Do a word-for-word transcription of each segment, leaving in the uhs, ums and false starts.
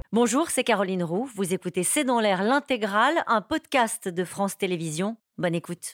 Bonjour, c'est Caroline Roux. Vous écoutez C'est dans l'air l'intégrale, un podcast de France Télévisions. Bonne écoute.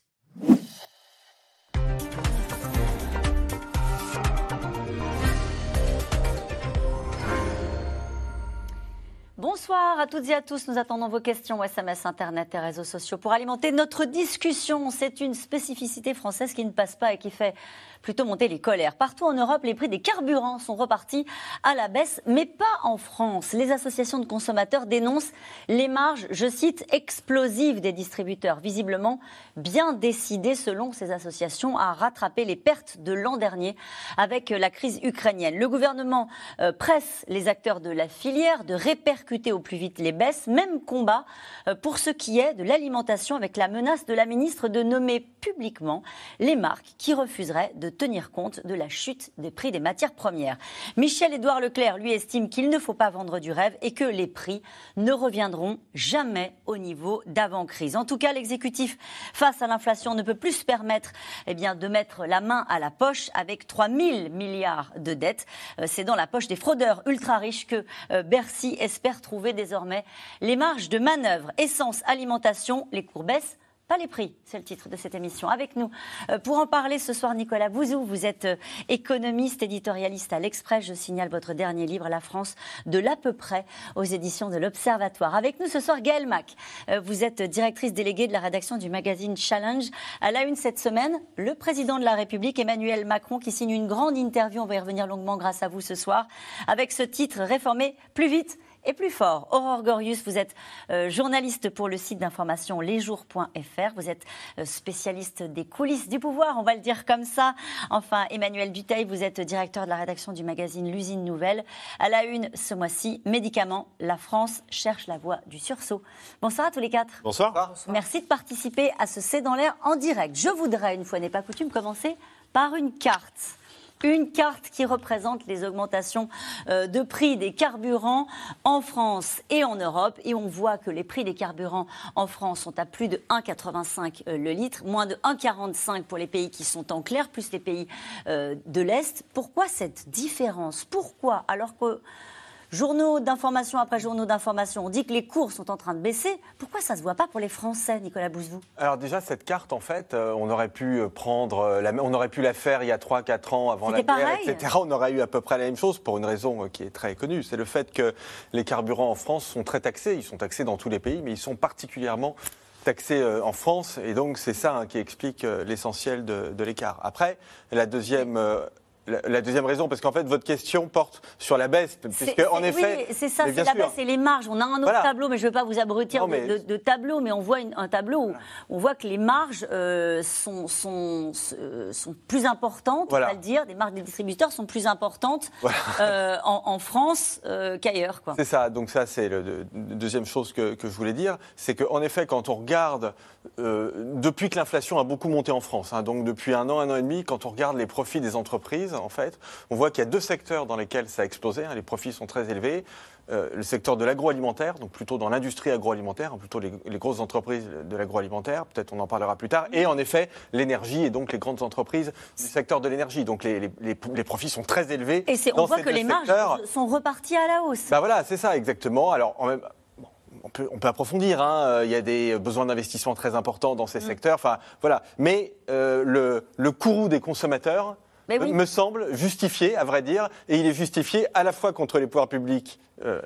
Bonsoir à toutes et à tous. Nous attendons vos questions, S M S, Internet et réseaux sociaux pour alimenter notre discussion. C'est une spécificité française qui ne passe pas et qui fait plutôt monter les colères. Partout en Europe, les prix des carburants sont repartis à la baisse, mais pas en France. Les associations de consommateurs dénoncent les marges, je cite, explosives des distributeurs, visiblement bien décidés selon ces associations à rattraper les pertes de l'an dernier avec la crise ukrainienne. Le gouvernement euh, presse les acteurs de la filière de répercuter au plus vite les baisses, même combat euh, pour ce qui est de l'alimentation avec la menace de la ministre de nommer publiquement les marques qui refuseraient de tenir compte de la chute des prix des matières premières. Michel-Édouard Leclerc, lui, estime qu'il ne faut pas vendre du rêve et que les prix ne reviendront jamais au niveau d'avant-crise. En tout cas, l'exécutif, face à l'inflation, ne peut plus se permettre eh bien, de mettre la main à la poche avec trois mille milliards de dettes. C'est dans la poche des fraudeurs ultra riches que Bercy espère trouver désormais les marges de manœuvre. Essence, alimentation, les cours baissent. Pas les prix, c'est le titre de cette émission. Avec nous, euh, pour en parler ce soir, Nicolas Bouzou, vous êtes euh, économiste, éditorialiste à l'Express. Je signale votre dernier livre, La France de l'à peu près, aux éditions de l'Observatoire. Avec nous ce soir, Gaëlle Mac. Euh, vous êtes directrice déléguée de la rédaction du magazine Challenge. À la une cette semaine, le président de la République, Emmanuel Macron, qui signe une grande interview. On va y revenir longuement grâce à vous ce soir, avec ce titre, Réformer plus vite et plus fort. Aurore Gorius, vous êtes euh, journaliste pour le site d'information lesjours point f r. Vous êtes euh, spécialiste des coulisses du pouvoir, on va le dire comme ça. Enfin, Emmanuel Dutheil, vous êtes directeur de la rédaction du magazine L'Usine Nouvelle. À la une, ce mois-ci, médicaments, la France cherche la voie du sursaut. Bonsoir à tous les quatre. Bonsoir. Bonsoir. Merci de participer à ce C'est dans l'air en direct. Je voudrais, une fois n'est pas coutume, commencer par une carte. Une carte qui représente les augmentations euh, de prix des carburants en France et en Europe. Et on voit que les prix des carburants en France sont à plus de un virgule quatre-vingt-cinq euh, le litre, moins de un virgule quarante-cinq pour les pays qui sont en clair, plus les pays euh, de l'Est. Pourquoi cette différence ? Pourquoi ? Alors que journaux d'information après journaux d'information, on dit que les cours sont en train de baisser. Pourquoi ça ne se voit pas pour les Français, Nicolas Bouzou ? Alors déjà, cette carte, en fait, euh, on aurait pu prendre, la, on aurait pu la faire il y a trois quatre ans avant la guerre, pareil. et cetera. On aurait eu à peu près la même chose pour une raison euh, qui est très connue. C'est le fait que les carburants en France sont très taxés. Ils sont taxés dans tous les pays, mais ils sont particulièrement taxés euh, en France. Et donc, c'est ça hein, qui explique euh, l'essentiel de, de l'écart. Après, la deuxième... Euh, La, la deuxième raison, parce qu'en fait, votre question porte sur la baisse. Puisque, en effet, oui, c'est ça, c'est la baisse et les marges. On a un autre voilà. tableau, mais je ne veux pas vous abrutir non, mais... de, de, de tableau, mais on voit une, un tableau où voilà. on voit que les marges euh, sont, sont, sont plus importantes, voilà. on va le dire. Les marges des distributeurs sont plus importantes voilà. euh, en, en France euh, qu'ailleurs. Quoi. C'est ça. Donc ça, c'est la deuxième chose que, que je voulais dire. C'est qu'en effet, quand on regarde, euh, depuis que l'inflation a beaucoup monté en France, hein, donc depuis un an, un an et demi, quand on regarde les profits des entreprises, en fait, on voit qu'il y a deux secteurs dans lesquels ça a explosé, hein, les profits sont très élevés. Euh, le secteur de l'agroalimentaire, donc plutôt dans l'industrie agroalimentaire, hein, plutôt les, les grosses entreprises de l'agroalimentaire, peut-être on en parlera plus tard, et en effet l'énergie et donc les grandes entreprises du secteur de l'énergie. Donc les, les, les, les profits sont très élevés. Et c'est, on voit que les secteurs. marges sont reparties à la hausse. Ben voilà, c'est ça exactement. Alors en même On peut, on peut approfondir, hein. Il y a des besoins d'investissement très importants dans ces mmh. secteurs, enfin, voilà. Mais euh, le, le courroux des consommateurs oui. me semble justifié, à vrai dire, et il est justifié à la fois contre les pouvoirs publics euh,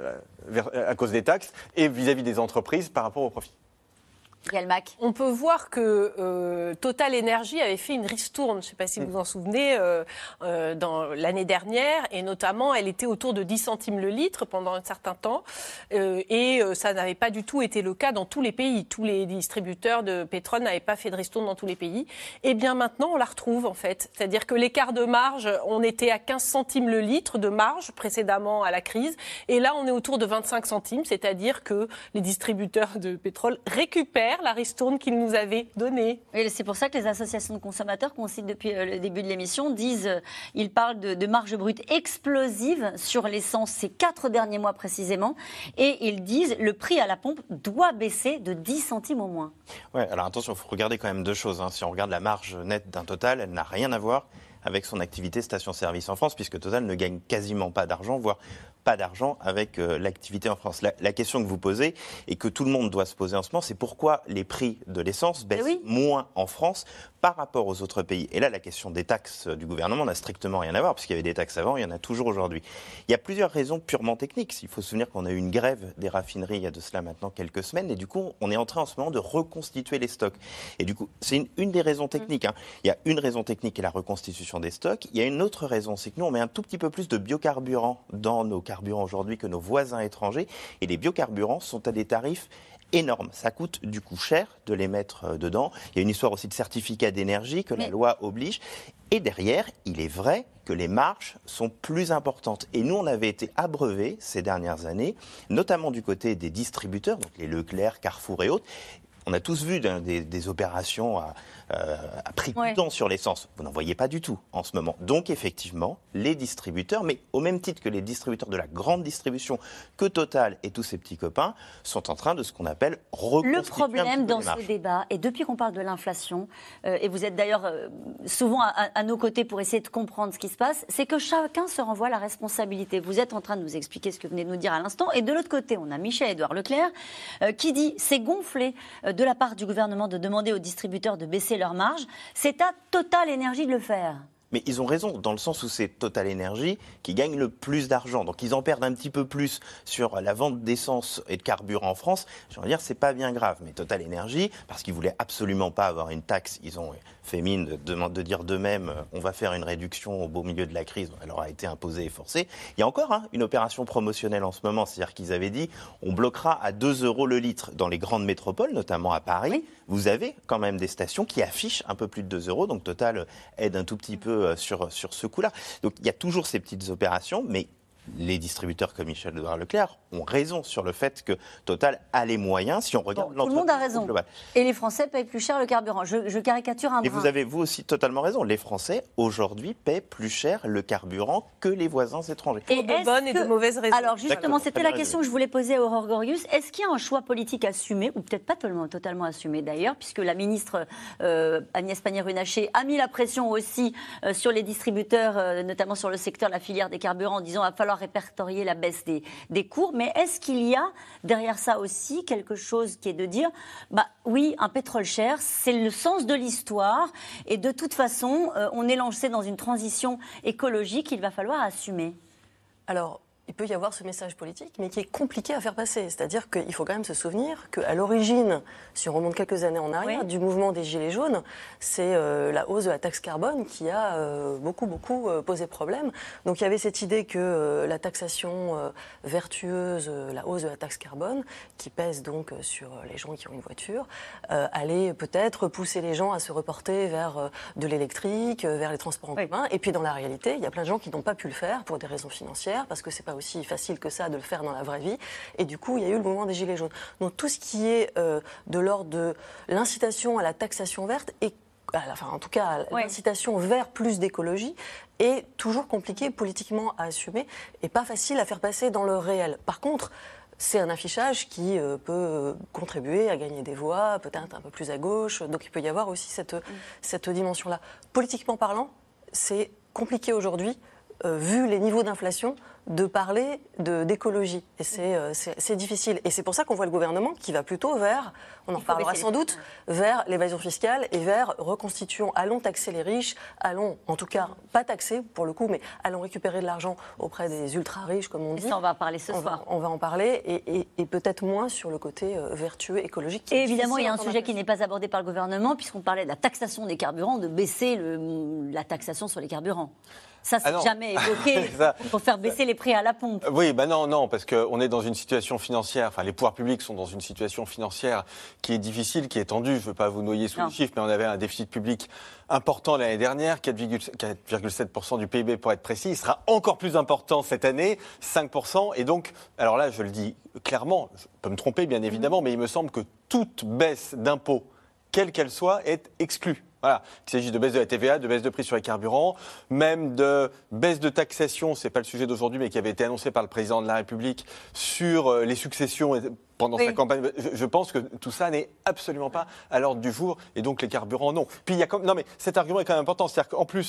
à cause des taxes et vis-à-vis des entreprises par rapport aux profits. On peut voir que euh, Total Energy avait fait une ristourne, je ne sais pas si vous vous en souvenez, euh, euh, dans l'année dernière, et notamment elle était autour de dix centimes le litre pendant un certain temps, euh, et euh, ça n'avait pas du tout été le cas dans tous les pays. Tous les distributeurs de pétrole n'avaient pas fait de ristourne dans tous les pays. Et bien maintenant, on la retrouve en fait. C'est-à-dire que l'écart de marge, on était à quinze centimes le litre de marge précédemment à la crise, et là on est autour de vingt-cinq centimes, c'est-à-dire que les distributeurs de pétrole récupèrent la ristourne qu'ils nous avaient donnée. Et c'est pour ça que les associations de consommateurs qu'on cite depuis le début de l'émission disent, euh, ils parlent de, de marge brute explosive sur l'essence ces quatre derniers mois précisément, et ils disent le prix à la pompe doit baisser de dix centimes au moins. Ouais, alors attention, il faut regarder quand même deux choses. Hein. Si on regarde la marge nette d'un Total, elle n'a rien à voir avec son activité station-service en France, puisque Total ne gagne quasiment pas d'argent, voire pas d'argent avec euh, l'activité en France. La, la question que vous posez et que tout le monde doit se poser en ce moment, c'est pourquoi les prix de l'essence baissent oui. moins en France par rapport aux autres pays. Et là, la question des taxes du gouvernement n'a strictement rien à voir, puisqu'il y avait des taxes avant, il y en a toujours aujourd'hui. Il y a plusieurs raisons purement techniques. Il faut se souvenir qu'on a eu une grève des raffineries il y a de cela maintenant quelques semaines, et du coup, on est en train en ce moment de reconstituer les stocks. Et du coup, c'est une, une des raisons techniques. Hein. Il y a une raison technique qui est la reconstitution des stocks. Il y a une autre raison, c'est que nous, on met un tout petit peu plus de biocarburants dans nos carburants aujourd'hui que nos voisins étrangers, et les biocarburants sont à des tarifs énormes. Ça coûte du coup cher de les mettre dedans. Il y a une histoire aussi de certificat d'énergie que Mais... la loi oblige. Et derrière, il est vrai que les marges sont plus importantes. Et nous, on avait été abreuvés ces dernières années, notamment du côté des distributeurs, donc les Leclerc, Carrefour et autres. On a tous vu des, des opérations à, euh, à prix coûtant ouais. sur l'essence. Vous n'en voyez pas du tout en ce moment. Donc effectivement, les distributeurs, mais au même titre que les distributeurs de la grande distribution, que Total et tous ses petits copains, sont en train de ce qu'on appelle reconstituer Le problème dans ce débat, et depuis qu'on parle de l'inflation, euh, et vous êtes d'ailleurs euh, souvent à, à nos côtés pour essayer de comprendre ce qui se passe, c'est que chacun se renvoie la responsabilité. Vous êtes en train de nous expliquer ce que vous venez de nous dire à l'instant, et de l'autre côté, on a Michel-Édouard Leclerc euh, qui dit c'est gonflé euh, de la part du gouvernement de demander aux distributeurs de baisser leurs marges. C'est à Total Énergie de le faire. Mais ils ont raison, dans le sens où c'est Total Énergie qui gagne le plus d'argent. Donc ils en perdent un petit peu plus sur la vente d'essence et de carburant en France. Je veux dire, c'est pas bien grave. Mais Total Énergie, parce qu'ils voulaient absolument pas avoir une taxe, ils ont fait mine de, de, de dire d'eux-mêmes, on va faire une réduction au beau milieu de la crise. Elle leur a été imposée et forcée. Il y a encore hein, une opération promotionnelle en ce moment. C'est-à-dire qu'ils avaient dit, on bloquera à deux euros le litre dans les grandes métropoles, notamment à Paris. Oui. Vous avez quand même des stations qui affichent un peu plus de deux euros. Donc Total aide un tout petit peu Sur, sur ce coup-là. Donc il y a toujours ces petites opérations, mais les distributeurs comme Michel-Édouard Leclerc ont raison sur le fait que Total a les moyens, si on regarde bon, tout le monde a raison. Global. Et les Français payent plus cher le carburant. Je, je caricature un Et brin. vous avez vous aussi totalement raison. Les Français, aujourd'hui, paient plus cher le carburant que les voisins étrangers. Et de bonnes que... et de mauvaises raisons. Alors justement, c'était la question que je voulais poser à Aurore Gorius. Est-ce qu'il y a un choix politique assumé, ou peut-être pas totalement, totalement assumé d'ailleurs, puisque la ministre euh, Agnès Pannier-Runacher a mis la pression aussi euh, sur les distributeurs, euh, notamment sur le secteur, la filière des carburants, en disant qu'il va falloir répertorier la baisse des, des cours. Mais est-ce qu'il y a derrière ça aussi quelque chose qui est de dire, bah oui, un pétrole cher, c'est le sens de l'histoire, et de toute façon, euh, on est lancé dans une transition écologique, il va falloir assumer. Alors, il peut y avoir ce message politique, mais qui est compliqué à faire passer. C'est-à-dire qu'il faut quand même se souvenir qu'à l'origine, si on remonte quelques années en arrière, oui. du mouvement des Gilets jaunes, c'est euh, la hausse de la taxe carbone qui a euh, beaucoup, beaucoup euh, posé problème. Donc il y avait cette idée que euh, la taxation euh, vertueuse, euh, la hausse de la taxe carbone, qui pèse donc euh, sur les gens qui ont une voiture, euh, allait peut-être pousser les gens à se reporter vers euh, de l'électrique, euh, vers les transports en oui. commun. Et puis dans la réalité, il y a plein de gens qui n'ont pas pu le faire pour des raisons financières, parce que c'est pas aussi facile que ça de le faire dans la vraie vie. Et du coup, il y a eu le mouvement des Gilets jaunes. Donc tout ce qui est euh, de l'ordre de l'incitation à la taxation verte, et, enfin en tout cas ouais. l'incitation vers plus d'écologie, est toujours compliqué politiquement à assumer et pas facile à faire passer dans le réel. Par contre, c'est un affichage qui euh, peut contribuer à gagner des voix, peut-être un peu plus à gauche. Donc il peut y avoir aussi cette, mmh. cette dimension-là. Politiquement parlant, c'est compliqué aujourd'hui, euh, vu les niveaux d'inflation, de parler de, d'écologie. Et c'est, euh, c'est, c'est difficile. Et c'est pour ça qu'on voit le gouvernement qui va plutôt vers, on en reparlera sans doute, vers l'évasion fiscale et vers reconstitution. Allons taxer les riches, allons, en tout cas, pas taxer pour le coup, mais allons récupérer de l'argent auprès des ultra-riches, comme on dit. Et ça, on va en parler ce on soir. Va, on va en parler, et, et, et peut-être moins sur le côté euh, vertueux, écologique. Et évidemment, il y a un sujet qui n'est pas abordé par le gouvernement, puisqu'on parlait de la taxation des carburants, de baisser le, la taxation sur les carburants. Ça, c'est ah jamais évoqué pour faire baisser les prix à la pompe. Oui, ben non, non, parce qu'on est dans une situation financière, enfin les pouvoirs publics sont dans une situation financière qui est difficile, qui est tendue. Je ne veux pas vous noyer sous non. les chiffres, mais on avait un déficit public important l'année dernière, quatre virgule sept pour cent du P I B pour être précis. Il sera encore plus important cette année, cinq pour cent. Et donc, alors là, je le dis clairement, je peux me tromper bien évidemment, mmh. mais il me semble que toute baisse d'impôt, quelle qu'elle soit, est exclue. Voilà, il s'agit de baisse de la T V A, de baisse de prix sur les carburants, même de baisse de taxation, ce n'est pas le sujet d'aujourd'hui, mais qui avait été annoncé par le président de la République sur les successions pendant oui. sa campagne. Je, je pense que tout ça n'est absolument pas à l'ordre du jour, et donc les carburants, non. Puis il y a comme, non mais cet argument est quand même important, c'est-à-dire qu'en plus,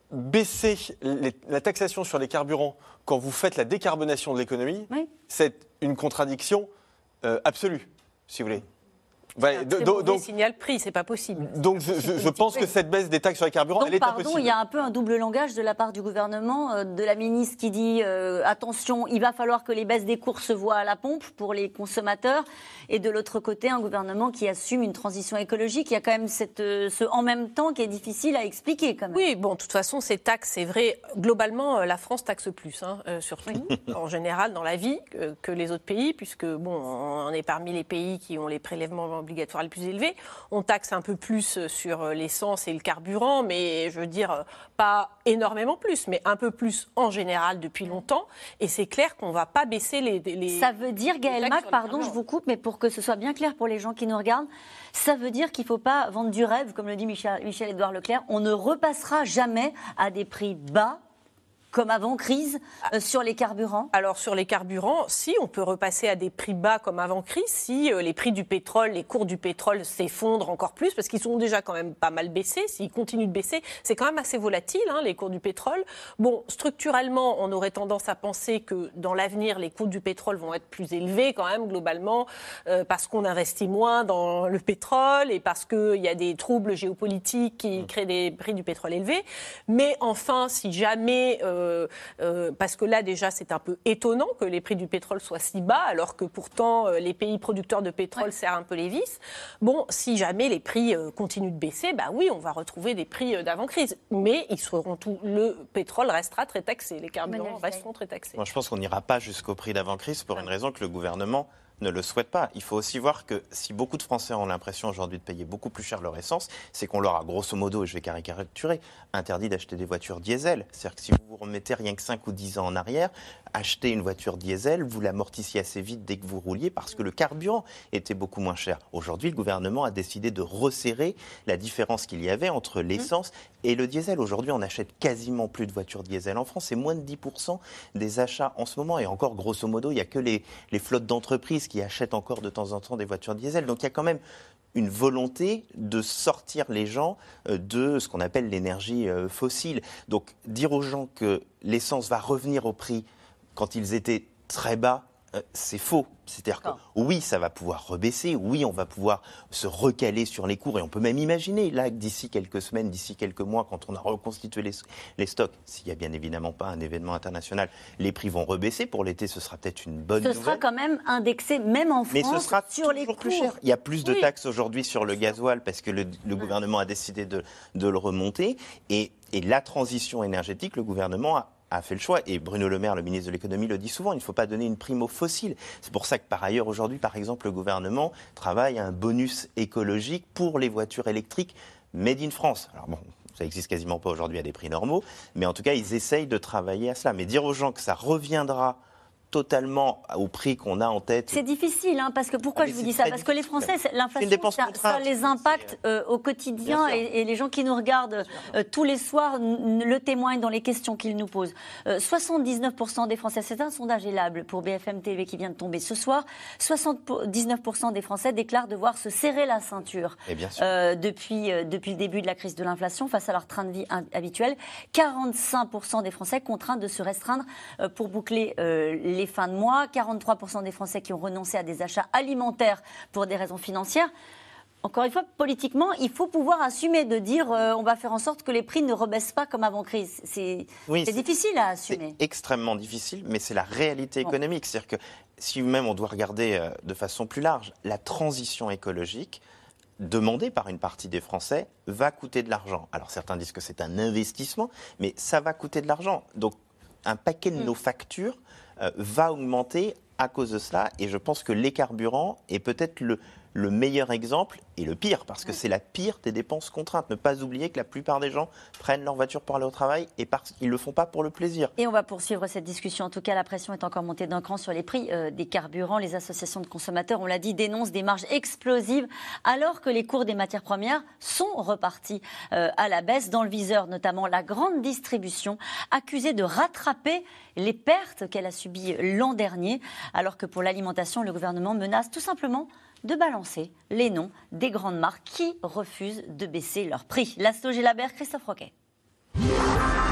baisser les, la taxation sur les carburants quand vous faites la décarbonation de l'économie, oui. c'est une contradiction euh, absolue, si vous voulez. Ouais, un très mauvais donc, signal prix, c'est pas possible. Donc je, je, je pense que cette baisse des taxes sur les carburants, donc, elle est pardon, impossible. Il y a un peu un double langage de la part du gouvernement, euh, de la ministre qui dit euh, attention, il va falloir que les baisses des cours se voient à la pompe pour les consommateurs, et de l'autre côté un gouvernement qui assume une transition écologique. Il y a quand même cette, euh, ce en même temps qui est difficile à expliquer quand même. Oui, bon, de toute façon ces taxes, c'est vrai, globalement euh, la France taxe plus, hein, euh, surtout oui. en général dans la vie euh, que les autres pays, puisque bon, on est parmi les pays qui ont les prélèvements obligatoires les plus élevés. On taxe un peu plus sur l'essence et le carburant, mais je veux dire, pas énormément plus, mais un peu plus en général depuis longtemps. Et c'est clair qu'on ne va pas baisser les, les... Ça veut dire, Gaël Mac, pardon, je vous coupe, mais pour que ce soit bien clair pour les gens qui nous regardent, ça veut dire qu'il ne faut pas vendre du rêve, comme le dit Michel-Édouard Leclerc. On ne repassera jamais à des prix bas comme avant crise, euh, sur les carburants? Alors sur les carburants, si, on peut repasser à des prix bas comme avant crise, si euh, les prix du pétrole, les cours du pétrole s'effondrent encore plus, parce qu'ils sont déjà quand même pas mal baissés, s'ils continuent de baisser, c'est quand même assez volatile, hein, les cours du pétrole. Bon, structurellement, on aurait tendance à penser que dans l'avenir, les coûts du pétrole vont être plus élevés quand même, globalement, euh, parce qu'on investit moins dans le pétrole et parce qu'il y a des troubles géopolitiques qui créent des prix du pétrole élevés. Mais enfin, si jamais... Euh, Euh, euh, parce que là déjà c'est un peu étonnant que les prix du pétrole soient si bas alors que pourtant euh, les pays producteurs de pétrole ouais. serrent un peu les vis. Bon, si jamais les prix euh, continuent de baisser, bah oui, on va retrouver des prix euh, d'avant-crise, mais ils seront tout, le pétrole restera très taxé, les carburants resteront très taxés. Moi je pense qu'on n'ira pas jusqu'au prix d'avant-crise pour ouais. une raison que le gouvernement ne le souhaite pas. Il faut aussi voir que si beaucoup de Français ont l'impression aujourd'hui de payer beaucoup plus cher leur essence, c'est qu'on leur a grosso modo, et je vais caricaturer, interdit d'acheter des voitures diesel. C'est-à-dire que si vous vous remettez rien que cinq ou dix ans en arrière, acheter une voiture diesel, vous l'amortissiez assez vite dès que vous rouliez parce que le carburant était beaucoup moins cher. Aujourd'hui, le gouvernement a décidé de resserrer la différence qu'il y avait entre l'essence mmh. et le diesel. Aujourd'hui, on achète quasiment plus de voitures diesel en France. C'est moins de dix pour cent des achats en ce moment. Et encore, grosso modo, il n'y a que les, les flottes d'entreprises qui achètent encore de temps en temps des voitures diesel. Donc il y a quand même une volonté de sortir les gens de ce qu'on appelle l'énergie fossile. Donc dire aux gens que l'essence va revenir au prix quand ils étaient très bas, c'est faux. C'est-à-dire que oui, ça va pouvoir rebaisser, oui, on va pouvoir se recaler sur les cours et on peut même imaginer là que d'ici quelques semaines, d'ici quelques mois, quand on a reconstitué les, les stocks, s'il n'y a bien évidemment pas un événement international, les prix vont rebaisser. Pour l'été, ce sera peut-être une bonne ce nouvelle. Ce sera quand même indexé, même en France, mais ce sera sur les cours. Plus cher. Il y a plus de oui. taxes aujourd'hui sur le gasoil parce que le, le gouvernement a décidé de, de le remonter. Et, et la transition énergétique, le gouvernement a a fait le choix, et Bruno Le Maire, le ministre de l'économie, le dit souvent, il ne faut pas donner une prime aux fossiles. C'est pour ça que par ailleurs, aujourd'hui, par exemple, le gouvernement travaille à un bonus écologique pour les voitures électriques made in France. Alors bon, ça n'existe quasiment pas aujourd'hui à des prix normaux, mais en tout cas, ils essayent de travailler à cela. Mais dire aux gens que ça reviendra totalement au prix qu'on a en tête. C'est difficile, hein, parce que pourquoi ah, je vous dis ça? Parce que les Français, l'inflation, ça, ça les impacte euh, au quotidien et, et les gens qui nous regardent euh, tous les soirs le témoignent dans les questions qu'ils nous posent. Euh, soixante-dix-neuf pour cent des Français, c'est un sondage élable pour B F M T V qui vient de tomber ce soir, soixante-dix-neuf pour cent des Français déclarent devoir se serrer la ceinture euh, depuis, euh, depuis le début de la crise de l'inflation face à leur train de vie habituel. quarante-cinq pour cent des Français contraints de se restreindre euh, pour boucler euh, les fins de mois, quarante-trois pour cent des Français qui ont renoncé à des achats alimentaires pour des raisons financières. Encore une fois, politiquement, il faut pouvoir assumer de dire euh, on va faire en sorte que les prix ne rebaissent pas comme avant crise. C'est oui, difficile à assumer. C'est extrêmement difficile, mais c'est la réalité économique. Bon. C'est-à-dire que si même on doit regarder euh, de façon plus large, la transition écologique demandée par une partie des Français va coûter de l'argent. Alors certains disent que c'est un investissement, mais ça va coûter de l'argent. Donc un paquet de mmh. nos factures euh, va augmenter à cause de cela. Et je pense que les carburants est peut-être le, le meilleur exemple et le pire, parce que mmh. c'est la pire des dépenses contraintes. Ne pas oublier que la plupart des gens prennent leur voiture pour aller au travail et parce qu'ils ne le font pas pour le plaisir. Et on va poursuivre cette discussion. En tout cas, la pression est encore montée d'un cran sur les prix euh, des carburants. Les associations de consommateurs, on l'a dit, dénoncent des marges explosives alors que les cours des matières premières sont repartis euh, à la baisse. Dans le viseur, notamment la grande distribution, accusée de rattraper les pertes qu'elle a subies l'an dernier, alors que pour l'alimentation, le gouvernement menace tout simplement de balancer les noms des grandes marques qui refusent de baisser leurs prix. Laszlo Gelabert, Christophe Roquet.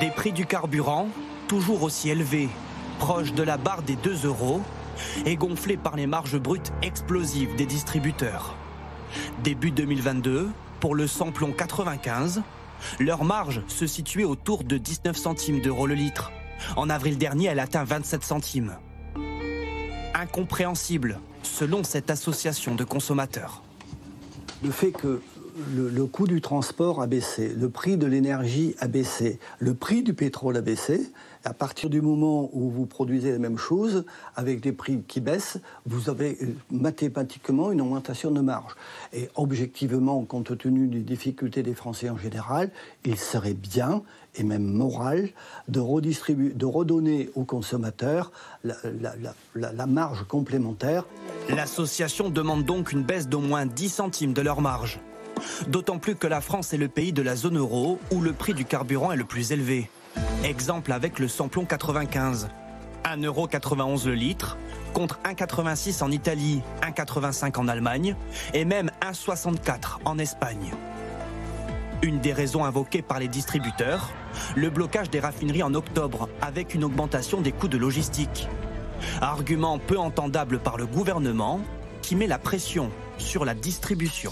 Des prix du carburant, toujours aussi élevés, proches de la barre des deux euros, et gonflés par les marges brutes explosives des distributeurs. Début deux mille vingt-deux, pour le samplon quatre-vingt-quinze, leur marge se situait autour de dix-neuf centimes d'euros le litre. En avril dernier, elle atteint vingt-sept centimes. Incompréhensible, selon cette association de consommateurs. Le fait que le, le coût du transport a baissé, le prix de l'énergie a baissé, le prix du pétrole a baissé, à partir du moment où vous produisez la même chose, avec des prix qui baissent, vous avez mathématiquement une augmentation de marge. Et objectivement, compte tenu des difficultés des Français en général, il serait bien, et même moral, de, redistribuer, de redonner aux consommateurs la, la, la, la marge complémentaire. L'association demande donc une baisse d'au moins dix centimes de leur marge. D'autant plus que la France est le pays de la zone euro où le prix du carburant est le plus élevé. Exemple avec le samplon quatre-vingt-quinze. un euro quatre-vingt-onze le litre, contre un euro quatre-vingt-six en Italie, un euro quatre-vingt-cinq en Allemagne et même un euro soixante-quatre en Espagne. Une des raisons invoquées par les distributeurs, le blocage des raffineries en octobre avec une augmentation des coûts de logistique. Argument peu entendable par le gouvernement qui met la pression sur la distribution.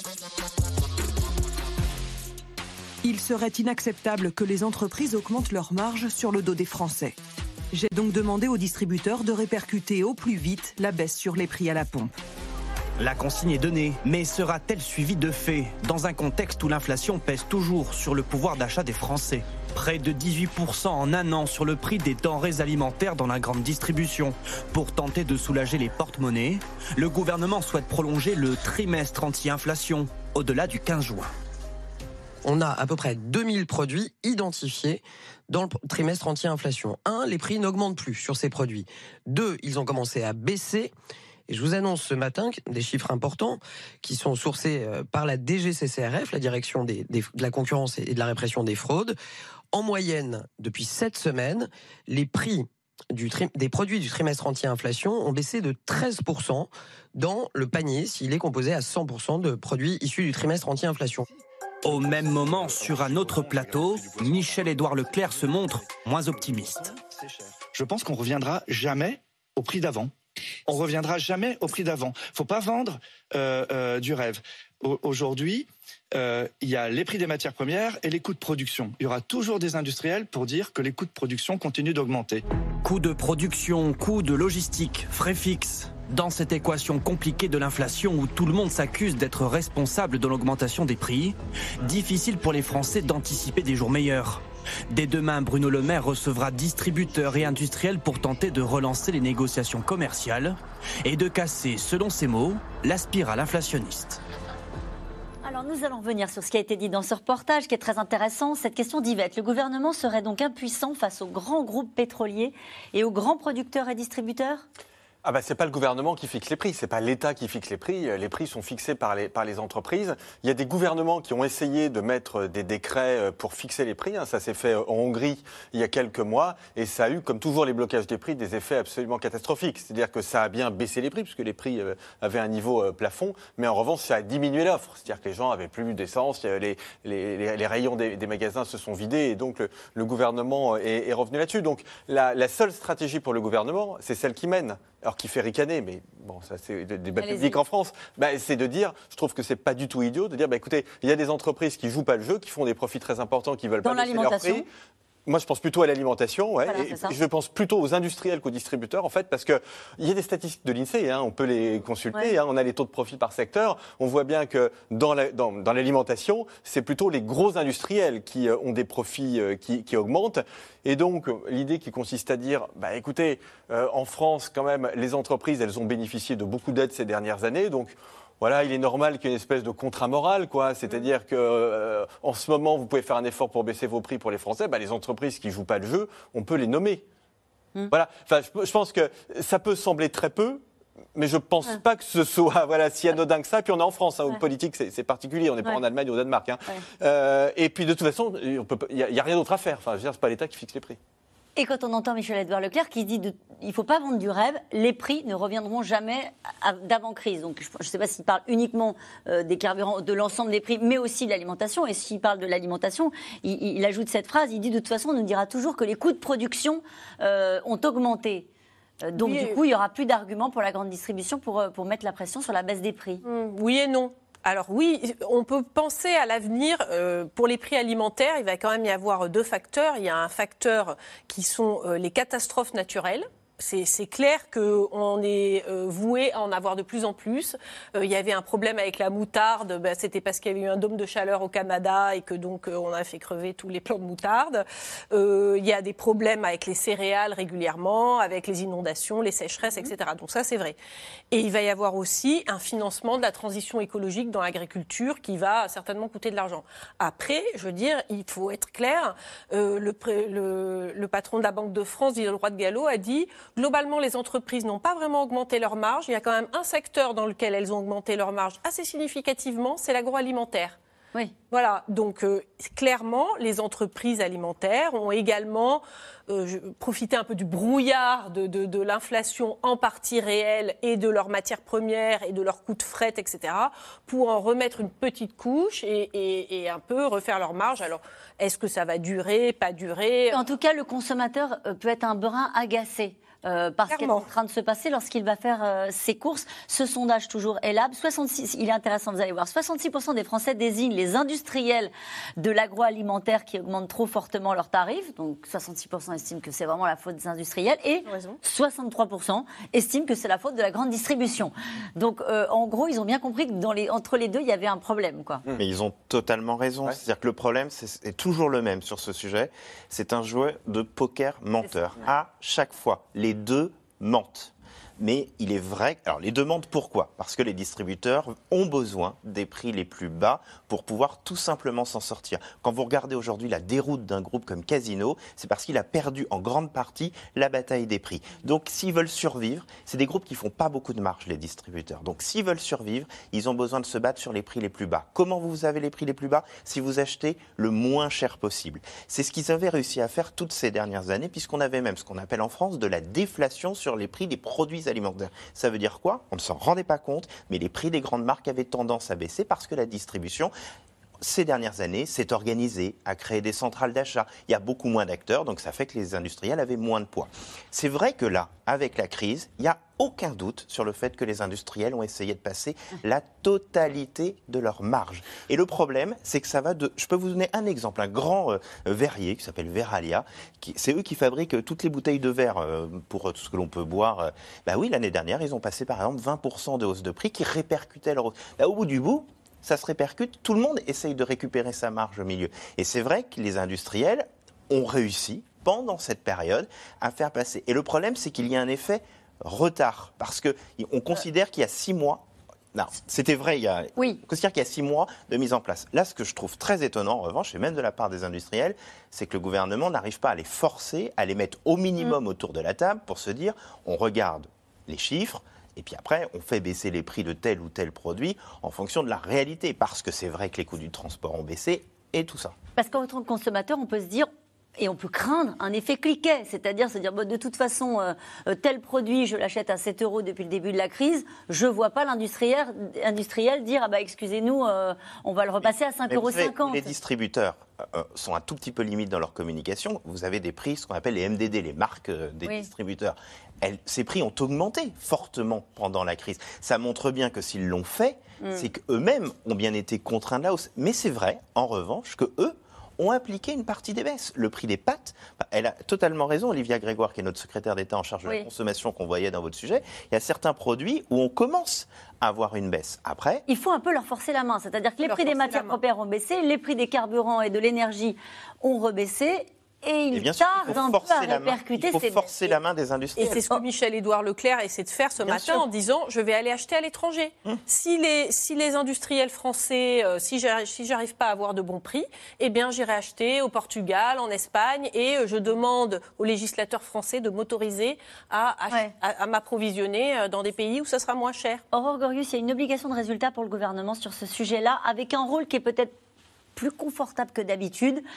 Il serait inacceptable que les entreprises augmentent leurs marges sur le dos des Français. J'ai donc demandé aux distributeurs de répercuter au plus vite la baisse sur les prix à la pompe. La consigne est donnée, mais sera-t-elle suivie de faits dans un contexte où l'inflation pèse toujours sur le pouvoir d'achat des Français? Près de dix-huit pour cent en un an sur le prix des denrées alimentaires dans la grande distribution. Pour tenter de soulager les porte-monnaies, le gouvernement souhaite prolonger le trimestre anti-inflation au-delà du quinze juin. On a à peu près deux mille produits identifiés dans le trimestre anti-inflation. Un, les prix n'augmentent plus sur ces produits. Deux, ils ont commencé à baisser. Et je vous annonce ce matin des chiffres importants qui sont sourcés par la D G C C R F, la direction des, des, de la concurrence et de la répression des fraudes. En moyenne, depuis sept semaines, les prix du tri, des produits du trimestre anti-inflation ont baissé de treize pour cent dans le panier s'il est composé à cent pour cent de produits issus du trimestre anti-inflation. Au même moment, sur un autre plateau, Michel-Édouard Leclerc se montre moins optimiste. Je pense qu'on ne reviendra jamais au prix d'avant. On ne reviendra jamais au prix d'avant. Il ne faut pas vendre euh, euh, du rêve. Aujourd'hui, euh, il y a les prix des matières premières et les coûts de production. Il y aura toujours des industriels pour dire que les coûts de production continuent d'augmenter. Coûts de production, coûts de logistique, frais fixes. Dans cette équation compliquée de l'inflation où tout le monde s'accuse d'être responsable de l'augmentation des prix, difficile pour les Français d'anticiper des jours meilleurs. Dès demain, Bruno Le Maire recevra distributeurs et industriels pour tenter de relancer les négociations commerciales et de casser, selon ses mots, la spirale inflationniste. Alors nous allons revenir sur ce qui a été dit dans ce reportage qui est très intéressant. Cette question d'Yvette. Le gouvernement serait donc impuissant face aux grands groupes pétroliers et aux grands producteurs et distributeurs ? Ah bah, c'est pas le gouvernement qui fixe les prix, c'est pas l'État qui fixe les prix. Les prix sont fixés par les, par les entreprises. Il y a des gouvernements qui ont essayé de mettre des décrets pour fixer les prix. Ça s'est fait en Hongrie il y a quelques mois et ça a eu, comme toujours les blocages des prix, des effets absolument catastrophiques. C'est-à-dire que ça a bien baissé les prix puisque les prix avaient un niveau plafond, mais en revanche ça a diminué l'offre. C'est-à-dire que les gens avaient plus d'essence, les, les, les, les rayons des, des magasins se sont vidés et donc le, le gouvernement est, est revenu là-dessus. Donc la, la seule stratégie pour le gouvernement, c'est celle qui mène. Alors qui fait ricaner, mais bon, ça c'est le débat public en France, bah, c'est de dire, je trouve que c'est pas du tout idiot, de dire, bah, écoutez, il y a des entreprises qui jouent pas le jeu, qui font des profits très importants, qui veulent Dans pas baisser leur prix. Moi, je pense plutôt à l'alimentation, ouais, voilà, et je pense plutôt aux industriels qu'aux distributeurs, en fait, parce que il y a des statistiques de l'INSEE, hein, on peut les consulter, ouais. hein, on a les taux de profit par secteur, on voit bien que dans, la, dans, dans l'alimentation, c'est plutôt les gros industriels qui euh, ont des profits euh, qui, qui augmentent, et donc l'idée qui consiste à dire, bah écoutez, euh, en France, quand même, les entreprises, elles ont bénéficié de beaucoup d'aides ces dernières années, donc voilà, il est normal qu'il y ait une espèce de contrat moral, quoi. C'est-à-dire que euh, en ce moment, vous pouvez faire un effort pour baisser vos prix pour les Français. Bah, les entreprises qui jouent pas le jeu, on peut les nommer. Mm. Voilà. Enfin, je, je pense que ça peut sembler très peu, mais je pense ouais. pas que ce soit voilà si anodin que ça. Puis on est en France, hein, où ouais. politique c'est, c'est particulier. On n'est pas ouais. en Allemagne ou au Danemark. Hein. Ouais. Euh, et puis de toute façon, il n'y a, a rien d'autre à faire. Enfin, je veux dire, c'est pas l'État qui fixe les prix. Et quand on entend Michel-Édouard Leclerc qui dit de, il ne faut pas vendre du rêve, les prix ne reviendront jamais à, d'avant-crise. Donc je ne sais pas s'il parle uniquement euh, des carburants, de l'ensemble des prix, mais aussi de l'alimentation. Et s'il parle de l'alimentation, il, il ajoute cette phrase, il dit de toute façon, on nous dira toujours que les coûts de production euh, ont augmenté. Euh, donc oui, du coup, il n'y aura plus d'arguments pour la grande distribution pour, pour mettre la pression sur la baisse des prix. Mmh, oui et non. Alors oui, on peut penser à l'avenir. Euh, pour les prix alimentaires, il va quand même y avoir deux facteurs. Il y a un facteur qui sont euh, les catastrophes naturelles. C'est, c'est clair qu'on est euh, voué à en avoir de plus en plus. Euh, il y avait un problème avec la moutarde, ben, c'était parce qu'il y avait eu un dôme de chaleur au Canada et que donc euh, on a fait crever tous les plants de moutarde. Euh, il y a des problèmes avec les céréales régulièrement, avec les inondations, les sécheresses, et cetera. Donc ça, c'est vrai. Et il va y avoir aussi un financement de la transition écologique dans l'agriculture qui va certainement coûter de l'argent. Après, je veux dire, il faut être clair, euh, le, le, le patron de la Banque de France, Villeroy de Galhau, a dit globalement, les entreprises n'ont pas vraiment augmenté leurs marges. Il y a quand même un secteur dans lequel elles ont augmenté leurs marges assez significativement, c'est l'agroalimentaire. Oui. Voilà, donc euh, clairement, les entreprises alimentaires ont également euh, profité un peu du brouillard de, de, de l'inflation en partie réelle et de leurs matières premières et de leurs coûts de fret, et cetera, pour en remettre une petite couche et, et, et un peu refaire leurs marges. Alors, est-ce que ça va durer, pas durer ? En tout cas, le consommateur peut être un brin agacé. Euh, parce qu'il est en train de se passer lorsqu'il va faire euh, ses courses. Ce sondage toujours est là. soixante-six, il est intéressant, vous allez voir. soixante-six pour cent des Français désignent les industriels de l'agroalimentaire qui augmentent trop fortement leurs tarifs. Donc soixante-six pour cent estiment que c'est vraiment la faute des industriels. Et soixante-trois pour cent estiment que c'est la faute de la grande distribution. Donc euh, en gros, ils ont bien compris que dans les, entre les deux, il y avait un problème, quoi. Mais ils ont totalement raison. Ouais. C'est-à-dire que le problème, c'est, c'est toujours le même sur ce sujet. C'est un jeu de poker menteur. À chaque fois, les deux mentent. Mais il est vrai... Alors, les deux mentent pourquoi ? Parce que les distributeurs ont besoin des prix les plus bas pour pouvoir tout simplement s'en sortir. Quand vous regardez aujourd'hui la déroute d'un groupe comme Casino, c'est parce qu'il a perdu en grande partie la bataille des prix. Donc, s'ils veulent survivre, c'est des groupes qui ne font pas beaucoup de marge, les distributeurs. Donc, s'ils veulent survivre, ils ont besoin de se battre sur les prix les plus bas. Comment vous avez les prix les plus bas ? Si vous achetez le moins cher possible. C'est ce qu'ils avaient réussi à faire toutes ces dernières années, puisqu'on avait même ce qu'on appelle en France de la déflation sur les prix des produits alimentaires. Ça veut dire quoi ? On ne s'en rendait pas compte, mais les prix des grandes marques avaient tendance à baisser parce que la distribution, ces dernières années, s'est organisée à créer des centrales d'achat. Il y a beaucoup moins d'acteurs, donc ça fait que les industriels avaient moins de poids. C'est vrai que là, avec la crise, il n'y a aucun doute sur le fait que les industriels ont essayé de passer la totalité de leur marge. Et le problème, c'est que ça va de... Je peux vous donner un exemple, un grand euh, verrier qui s'appelle Veralia. Qui... C'est eux qui fabriquent toutes les bouteilles de verre euh, pour tout ce que l'on peut boire. Euh... Bah oui, l'année dernière, ils ont passé par exemple vingt pour cent de hausse de prix qui répercutait leur hausse. Bah, au bout du bout, ça se répercute. Tout le monde essaye de récupérer sa marge au milieu. Et c'est vrai que les industriels ont réussi, pendant cette période, à faire passer. Et le problème, c'est qu'il y a un effet retard. Parce qu'on considère qu'il y a six mois... Non, c'était vrai, il y a, oui. on considère qu'il y a six mois de mise en place. Là, ce que je trouve très étonnant, en revanche, et même de la part des industriels, c'est que le gouvernement n'arrive pas à les forcer, à les mettre au minimum mmh. autour de la table pour se dire, on regarde les chiffres, et puis après, on fait baisser les prix de tel ou tel produit en fonction de la réalité. Parce que c'est vrai que les coûts du transport ont baissé et tout ça. Parce qu'en tant que consommateur, on peut se dire... Et on peut craindre un effet cliquet, c'est-à-dire se dire, bon, de toute façon, euh, tel produit, je l'achète à sept euros depuis le début de la crise, je ne vois pas l'industriel industriel dire, ah bah excusez-nous, euh, on va le repasser à cinq euros cinquante. Les distributeurs euh, sont un tout petit peu limites dans leur communication. Vous avez des prix, ce qu'on appelle les M D D, les marques euh, des oui. distributeurs. Elles, ces prix ont augmenté fortement pendant la crise. Ça montre bien que s'ils l'ont fait, mm. c'est qu'eux-mêmes ont bien été contraints de la hausse. Mais c'est vrai, en revanche, que eux ont impliqué une partie des baisses. Le prix des pâtes, elle a totalement raison, Olivia Grégoire, qui est notre secrétaire d'État en charge de oui. la consommation qu'on voyait dans votre sujet. Il y a certains produits où on commence à avoir une baisse. Après, il faut un peu leur forcer la main. C'est-à-dire que les prix des matières premières ont baissé, les prix des carburants et de l'énergie ont rebaissé. Et il tarde un peu à répercuter. Il faut forcer la main des industriels. Et c'est ce que Michel-Édouard Leclerc essaie de faire ce Bien matin sûr. en disant je vais aller acheter à l'étranger. Hum. Si, les, si les industriels français, euh, si j'arrive, si j'arrive pas à avoir de bons prix, eh bien j'irai acheter au Portugal, en Espagne, et euh, je demande aux législateurs français de m'autoriser à, à, ouais. à, à m'approvisionner dans des pays où ça sera moins cher. Aurore Gorius, il y a une obligation de résultat pour le gouvernement sur ce sujet-là, avec un rôle qui est peut-être plus confortable que d'habitude.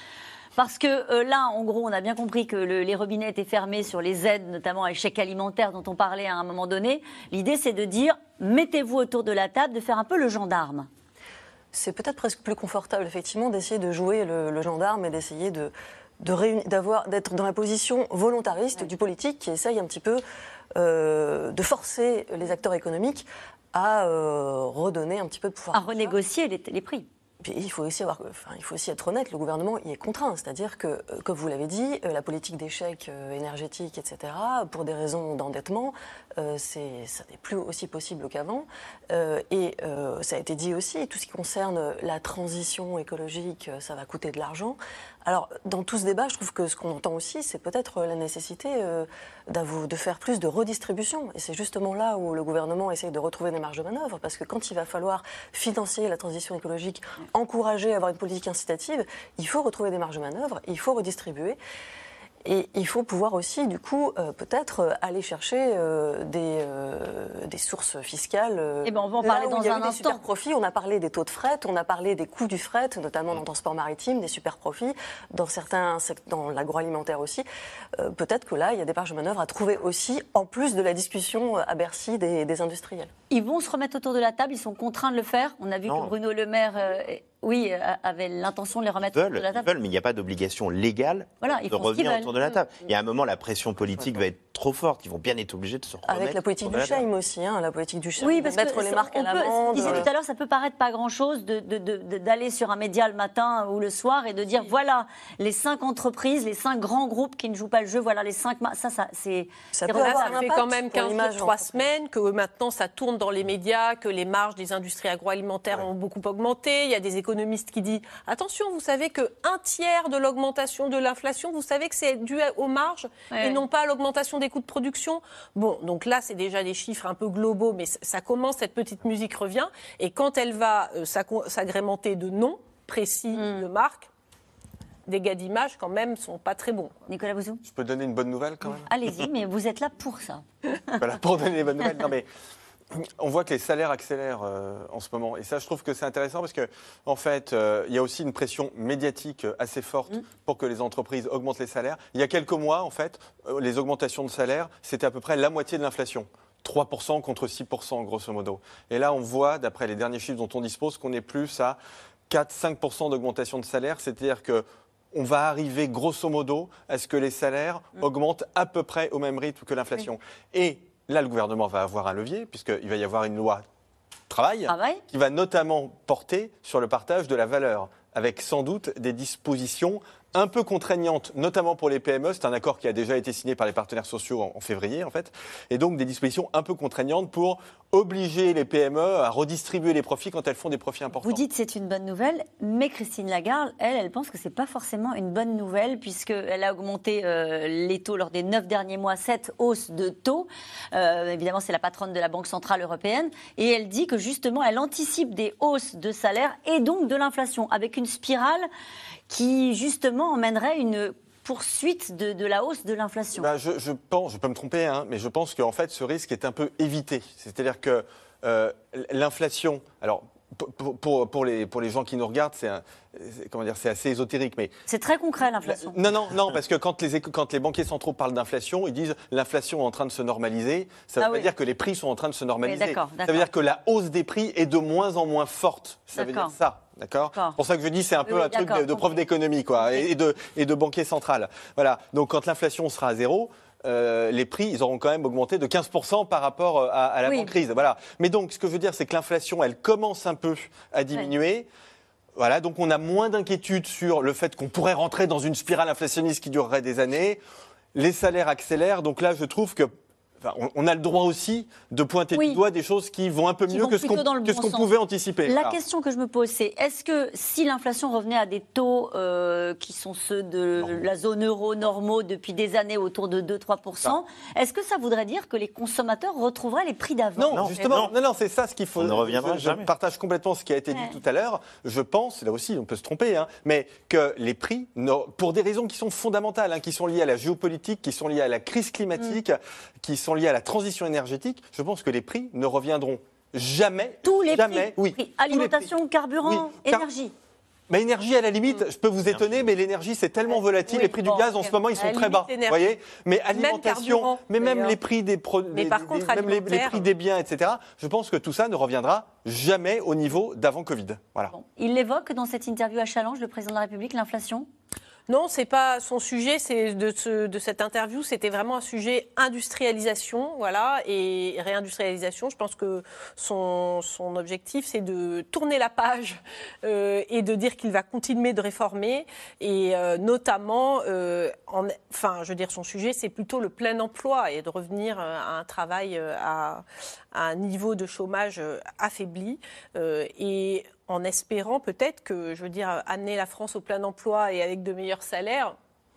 Parce que euh, là, en gros, on a bien compris que le, les robinets étaient fermés sur les aides, notamment à chèque alimentaire dont on parlait à un moment donné. L'idée, c'est de dire, mettez-vous autour de la table, de faire un peu le gendarme. C'est peut-être presque plus confortable, effectivement, d'essayer de jouer le, le gendarme et d'essayer de, de réunir, d'avoir, d'être dans la position volontariste ouais. du politique qui essaye un petit peu euh, de forcer les acteurs économiques à euh, redonner un petit peu de pouvoir. À renégocier les, les prix. Puis il faut aussi avoir, enfin, il faut aussi être honnête. Le gouvernement y est contraint, c'est-à-dire que, comme vous l'avez dit, la politique des chèques énergétiques, et cetera, pour des raisons d'endettement, euh, c'est, ça n'est plus aussi possible qu'avant. Euh, et euh, ça a été dit aussi, tout ce qui concerne la transition écologique, ça va coûter de l'argent. Alors, dans tout ce débat, je trouve que ce qu'on entend aussi, c'est peut-être la nécessité euh, de faire plus de redistribution. Et c'est justement là où le gouvernement essaye de retrouver des marges de manœuvre, parce que quand il va falloir financer la transition écologique, encourager, avoir une politique incitative, il faut retrouver des marges de manœuvre, il faut redistribuer. Et il faut pouvoir aussi, du coup, euh, peut-être euh, aller chercher euh, des, euh, des sources fiscales. Euh, eh ben on va en parler dans il y a un eu des instant. Super profits. On a parlé des taux de fret, on a parlé des coûts du fret, notamment dans le transport maritime, des super profits, dans certains dans l'agroalimentaire aussi. Euh, peut-être que là, il y a des marges de manœuvre à trouver aussi, en plus de la discussion à Bercy des, des industriels. Ils vont se remettre autour de la table, ils sont contraints de le faire. On a vu non. que Bruno Le Maire... Euh, Oui, avait l'intention de les remettre ils veulent, autour de la table. Ils veulent, mais il n'y a pas d'obligation légale voilà, de revenir autour de la table. Il y a un moment, la pression politique va être trop forte. Ils vont bien être obligés de se remettre. Avec la politique du shame aussi, hein, la politique du shame. Oui, parce mettre que les marques à l'amende. Je disais tout à l'heure, ça peut paraître pas grand-chose de, de, de, d'aller sur un média le matin ou le soir et de dire voilà les cinq entreprises, les cinq grands groupes qui ne jouent pas le jeu, voilà les cinq. Ça, ça c'est. Ça, peut avoir ça fait quand même quinze jours, trois semaines que maintenant ça tourne dans les médias, que les marges des industries agroalimentaires ouais. ont beaucoup augmenté. Il y a des économistes qui disent attention, vous savez qu'un tiers de l'augmentation de l'inflation, vous savez que c'est dû aux marges ouais. et non pas à l'augmentation des coûts de production. Bon, donc là, c'est déjà des chiffres un peu globaux, mais ça commence, cette petite musique revient. Et quand elle va euh, s'agrémenter de noms précis, mm. de marques, des gars d'image, quand même, sont pas très bons. Nicolas Bouzou ? Je peux donner une bonne nouvelle, quand même ? Allez-y, mais vous êtes là pour ça. Voilà, pour donner les bonnes nouvelles. Non, mais... On voit que les salaires accélèrent euh, en ce moment. Et ça, je trouve que c'est intéressant parce qu'en en fait, euh, il y a aussi une pression médiatique assez forte mmh. pour que les entreprises augmentent les salaires. Il y a quelques mois, en fait, euh, les augmentations de salaires, c'était à peu près la moitié de l'inflation. trois pour cent contre six pour cent, grosso modo. Et là, on voit, d'après les derniers chiffres dont on dispose, qu'on est plus à quatre à cinq pour cent d'augmentation de salaire. C'est-à-dire que on va arriver, grosso modo, à ce que les salaires mmh. augmentent à peu près au même rythme que l'inflation. Oui. Et là, le gouvernement va avoir un levier, puisqu'il va y avoir une loi travail, travail qui va notamment porter sur le partage de la valeur, avec sans doute des dispositions un peu contraignantes, notamment pour les P M E. C'est un accord qui a déjà été signé par les partenaires sociaux en, en février, en fait. Et donc, des dispositions un peu contraignantes pour obliger les P M E à redistribuer les profits quand elles font des profits importants. Vous dites que c'est une bonne nouvelle, mais Christine Lagarde, elle, elle pense que ce n'est pas forcément une bonne nouvelle, puisqu'elle a augmenté euh, les taux lors des neuf derniers mois, sept hausses de taux. Euh, évidemment, c'est la patronne de la Banque Centrale Européenne. Et elle dit que, justement, elle anticipe des hausses de salaire et donc de l'inflation, avec une spirale qui, justement, emmènerait une poursuite de, de la hausse de l'inflation. Ben, je, je pense, je peux me tromper, hein, mais je pense qu'en fait, ce risque est un peu évité. C'est-à-dire que euh, l'inflation... Alors, pour, pour, pour, les, pour les gens qui nous regardent, c'est, un, c'est, comment dire, c'est assez ésotérique. Mais c'est très concret, l'inflation. Non, non, non, parce que quand les, quand les banquiers centraux parlent d'inflation, ils disent l'inflation est en train de se normaliser. Ça ne veut ah, pas oui. dire que les prix sont en train de se normaliser. Oui, d'accord, d'accord. Ça veut dire que la hausse des prix est de moins en moins forte. Ça d'accord. veut dire ça. D'accord. C'est pour ça que je dis c'est un peu oui, un truc de, de prof d'économie, quoi, et, et, de, et de banquier central. Voilà. Donc quand l'inflation sera à zéro, euh, les prix, ils auront quand même augmenté de quinze pour cent par rapport à, à la oui. crise. Voilà. Mais donc, ce que je veux dire, c'est que l'inflation, elle commence un peu à diminuer. Oui. Voilà. Donc on a moins d'inquiétude sur le fait qu'on pourrait rentrer dans une spirale inflationniste qui durerait des années. Les salaires accélèrent. Donc là, je trouve que Enfin, on a le droit aussi de pointer oui. du doigt des choses qui vont un peu qui mieux que ce qu'on, bon que ce qu'on pouvait anticiper. La voilà. question que je me pose, c'est est-ce que si l'inflation revenait à des taux euh, qui sont ceux de non. la zone euro normaux depuis des années autour de deux à trois pour cent, ah. est-ce que ça voudrait dire que les consommateurs retrouveraient les prix d'avant ? Non, non, justement, non. non, non, c'est ça ce qu'il faut. On ne reviendra je, jamais. Je partage complètement ce qui a été ouais. dit tout à l'heure. Je pense, là aussi, on peut se tromper, hein, mais que les prix, pour des raisons qui sont fondamentales, hein, qui sont liées à la géopolitique, qui sont liées à la crise climatique, mm. qui sont liées à la transition énergétique, je pense que les prix ne reviendront jamais. Tous les jamais, prix, oui, prix. Alimentation, tous les prix. carburant, oui, car... énergie. Mais énergie, à la limite, mmh. je peux vous étonner, mais l'énergie, c'est tellement volatile. Oui, les prix bon, du gaz, en ce moment, ils sont très bas. Vous voyez, mais alimentation, même mais même les prix des produits, même les, les prix des biens, et cetera. Je pense que tout ça ne reviendra jamais au niveau d'avant Covid. Voilà. Bon. Il l'évoque dans cette interview à Challenge, le président de la République, l'inflation ? Non, c'est pas son sujet. C'est de, ce, de cette interview, c'était vraiment un sujet industrialisation, voilà, et réindustrialisation. Je pense que son, son objectif, c'est de tourner la page euh, et de dire qu'il va continuer de réformer, et euh, notamment, euh, en, enfin, je veux dire, son sujet, c'est plutôt le plein emploi et de revenir à un travail à, à un niveau de chômage affaibli euh, et en espérant peut-être que, je veux dire, amener la France au plein emploi et avec de meilleurs salaires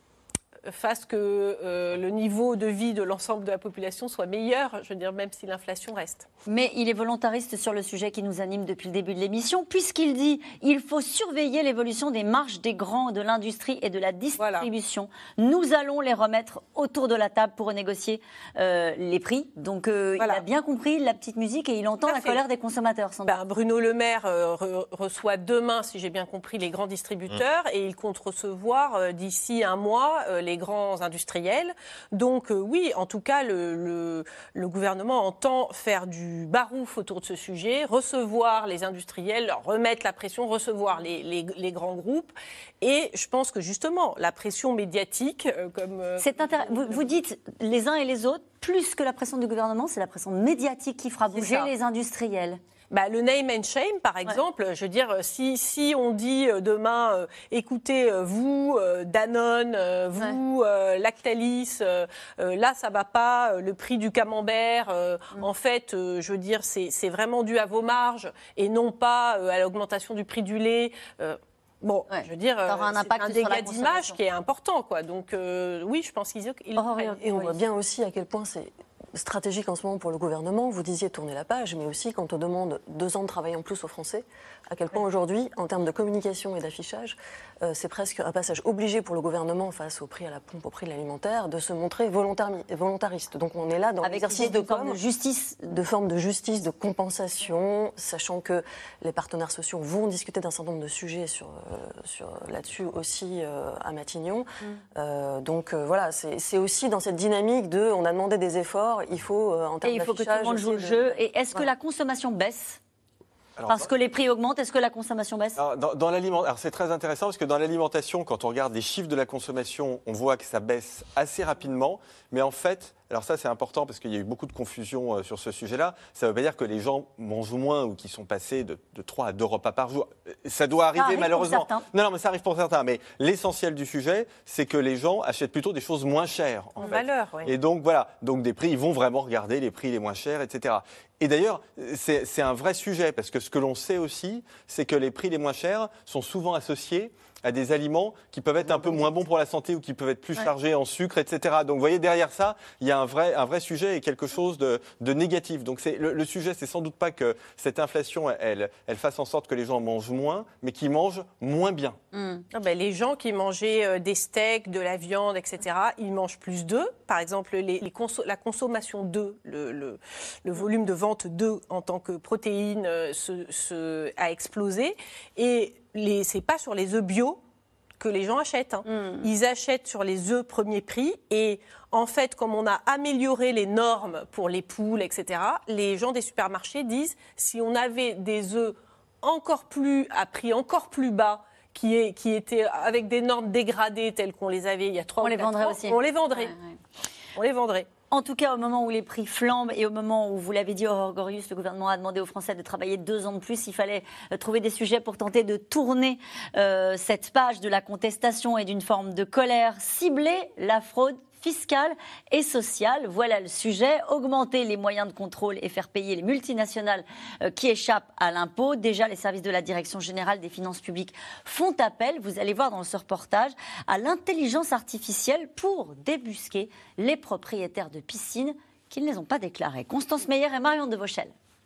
fasse que euh, le niveau de vie de l'ensemble de la population soit meilleur, je veux dire, même si l'inflation reste. Mais il est volontariste sur le sujet qui nous anime depuis le début de l'émission, puisqu'il dit qu'il faut surveiller l'évolution des marges des grands, de l'industrie et de la distribution. Voilà. Nous allons les remettre autour de la table pour renégocier euh, les prix. Donc euh, voilà. Il a bien compris la petite musique et il entend la colère des consommateurs. Sans ben, Bruno Le Maire euh, re- reçoit demain, si j'ai bien compris, les grands distributeurs mmh. et il compte recevoir euh, d'ici un mois euh, les grands industriels. Donc euh, oui, en tout cas, le, le, le gouvernement entend faire du barouf autour de ce sujet, recevoir les industriels, leur remettre la pression, recevoir les, les, les grands groupes. Et je pense que justement, la pression médiatique, euh, comme... Euh, c'est intér- vous, vous dites les uns et les autres, plus que la pression du gouvernement, c'est la pression médiatique qui fera bouger les industriels. Bah, le name and shame, par exemple, ouais. je veux dire, si, si on dit demain, euh, écoutez, euh, vous, euh, Danone, euh, vous, ouais. euh, Lactalis, euh, euh, là, ça va pas, euh, le prix du camembert, euh, mm. en fait, euh, je veux dire, c'est, c'est vraiment dû à vos marges et non pas euh, à l'augmentation du prix du lait. Euh, Bon, ouais. je veux dire, un c'est un dégât d'image qui est important, quoi. Donc, euh, oui, je pense qu'ils... Ils oh, et on voit bien aussi à quel point c'est stratégique en ce moment pour le gouvernement. Vous disiez tourner la page, mais aussi quand on demande deux ans de travail en plus aux Français, à quel point aujourd'hui, en termes de communication et d'affichage, euh, c'est presque un passage obligé pour le gouvernement face au prix à la pompe, au prix de l'alimentaire, de se montrer volontariste. Donc on est là dans l'exercice de, de justice, de forme de justice, de compensation, sachant que les partenaires sociaux vont discuter d'un certain nombre de sujets sur, euh, sur là-dessus aussi euh, à Matignon. Mm. Euh, donc euh, voilà, c'est, c'est aussi dans cette dynamique de, on a demandé des efforts, il faut euh, en termes d'affichage. Et il faut que tout le monde joue le de... jeu. Et est-ce que ouais. la consommation baisse ? Alors, parce que les prix augmentent, est-ce que la consommation baisse ? Alors, dans, dans l'aliment... Alors c'est très intéressant parce que dans l'alimentation, quand on regarde les chiffres de la consommation, on voit que ça baisse assez rapidement. Mais en fait, alors ça c'est important parce qu'il y a eu beaucoup de confusion euh, sur ce sujet-là. Ça ne veut pas dire que les gens mangent moins ou qu'ils sont passés de, de trois à deux repas par jour. Ça doit arriver ça arrive malheureusement. Non, non, mais ça arrive pour certains. Mais l'essentiel du sujet, c'est que les gens achètent plutôt des choses moins chères. En, en fait. valeur, oui. Et donc voilà, donc des prix, ils vont vraiment regarder les prix les moins chers, et cetera. Et d'ailleurs, c'est, c'est un vrai sujet parce que ce que l'on sait aussi, c'est que les prix les moins chers sont souvent associés à des aliments qui peuvent être un peu moins bons pour la santé ou qui peuvent être plus ouais. chargés en sucre, et cetera. Donc, vous voyez, derrière ça, il y a un vrai, un vrai sujet et quelque chose de, de négatif. Donc, c'est, le, le sujet, c'est sans doute pas que cette inflation, elle, elle fasse en sorte que les gens mangent moins, mais qu'ils mangent moins bien. Mmh. Ah ben, les gens qui mangeaient euh, des steaks, de la viande, et cetera, ils mangent plus d'œufs. Par exemple, les, les conso- la consommation d'œufs, le, le, le volume de vente d'œufs en tant que protéine euh, se, se, a explosé. Et les, c'est pas sur les œufs bio que les gens achètent. Hein. Mmh. Ils achètent sur les œufs premier prix. Et en fait, comme on a amélioré les normes pour les poules, et cetera, les gens des supermarchés disent si on avait des œufs encore plus à prix encore plus bas, qui, est, qui étaient avec des normes dégradées telles qu'on les avait il y a trois on ou les quatre vendrait ans, aussi. on les vendrait. Ouais, ouais. On les vendrait. En tout cas, au moment où les prix flambent et au moment où, vous l'avez dit, Aurore Gorius, le gouvernement a demandé aux Français de travailler deux ans de plus, il fallait euh, trouver des sujets pour tenter de tourner euh, cette page de la contestation et d'une forme de colère, cibler la fraude fiscale et sociale. Voilà le sujet. Augmenter les moyens de contrôle et faire payer les multinationales euh, qui échappent à l'impôt. Déjà, les services de la Direction générale des finances publiques font appel, vous allez voir dans ce reportage, à l'intelligence artificielle pour débusquer les propriétaires de piscines qui ne les ont pas déclarées. Constance Meyer et Marion Devauchel.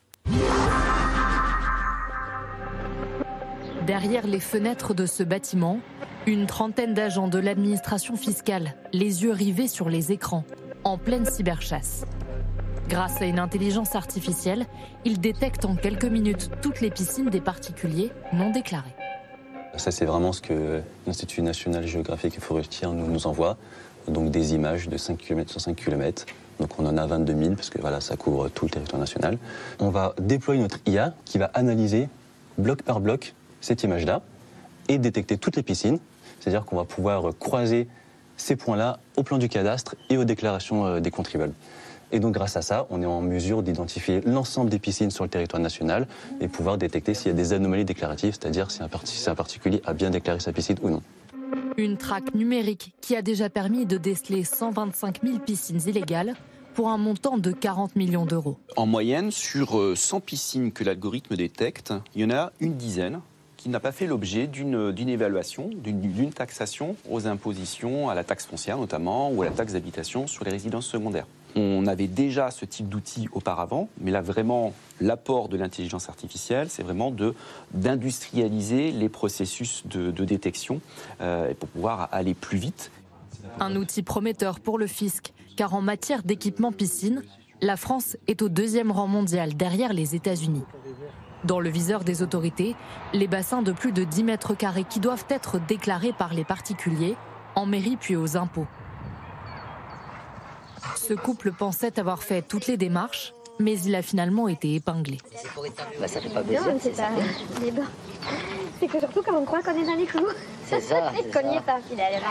Derrière les fenêtres de ce bâtiment, une trentaine d'agents de l'administration fiscale, les yeux rivés sur les écrans, en pleine cyberchasse. Grâce à une intelligence artificielle, ils détectent en quelques minutes toutes les piscines des particuliers non déclarées. Ça, c'est vraiment ce que l'Institut national géographique et forestier nous, nous envoie. Donc des images de cinq kilomètres sur cinq kilomètres. Donc on en a vingt-deux mille parce que voilà, ça couvre tout le territoire national. On va déployer notre I A qui va analyser bloc par bloc cette image-là et détecter toutes les piscines. C'est-à-dire qu'on va pouvoir croiser ces points-là au plan du cadastre et aux déclarations des contribuables. Et donc grâce à ça, on est en mesure d'identifier l'ensemble des piscines sur le territoire national et pouvoir détecter s'il y a des anomalies déclaratives, c'est-à-dire si un, si un particulier a bien déclaré sa piscine ou non. Une traque numérique qui a déjà permis de déceler cent vingt-cinq mille piscines illégales pour un montant de quarante millions d'euros. En moyenne, sur cent piscines que l'algorithme détecte, il y en a une dizaine qui n'a pas fait l'objet d'une, d'une évaluation, d'une, d'une taxation aux impositions, à la taxe foncière notamment, ou à la taxe d'habitation sur les résidences secondaires. On avait déjà ce type d'outils auparavant, mais là vraiment l'apport de l'intelligence artificielle, c'est vraiment de, d'industrialiser les processus de, de détection euh, pour pouvoir aller plus vite. Un outil prometteur pour le fisc, car en matière d'équipement piscine, la France est au deuxième rang mondial derrière les États-Unis. Dans le viseur des autorités, les bassins de plus de dix mètres carrés qui doivent être déclarés par les particuliers, en mairie puis aux impôts. Ce couple pensait avoir fait toutes les démarches, mais il a finalement été épinglé. Bah, ça fait pas plaisir. Non, c'est pas libre. C'est que surtout quand on croit qu'on est dans les clous. C'est ça. C'est qu'on n'y est pas finalement.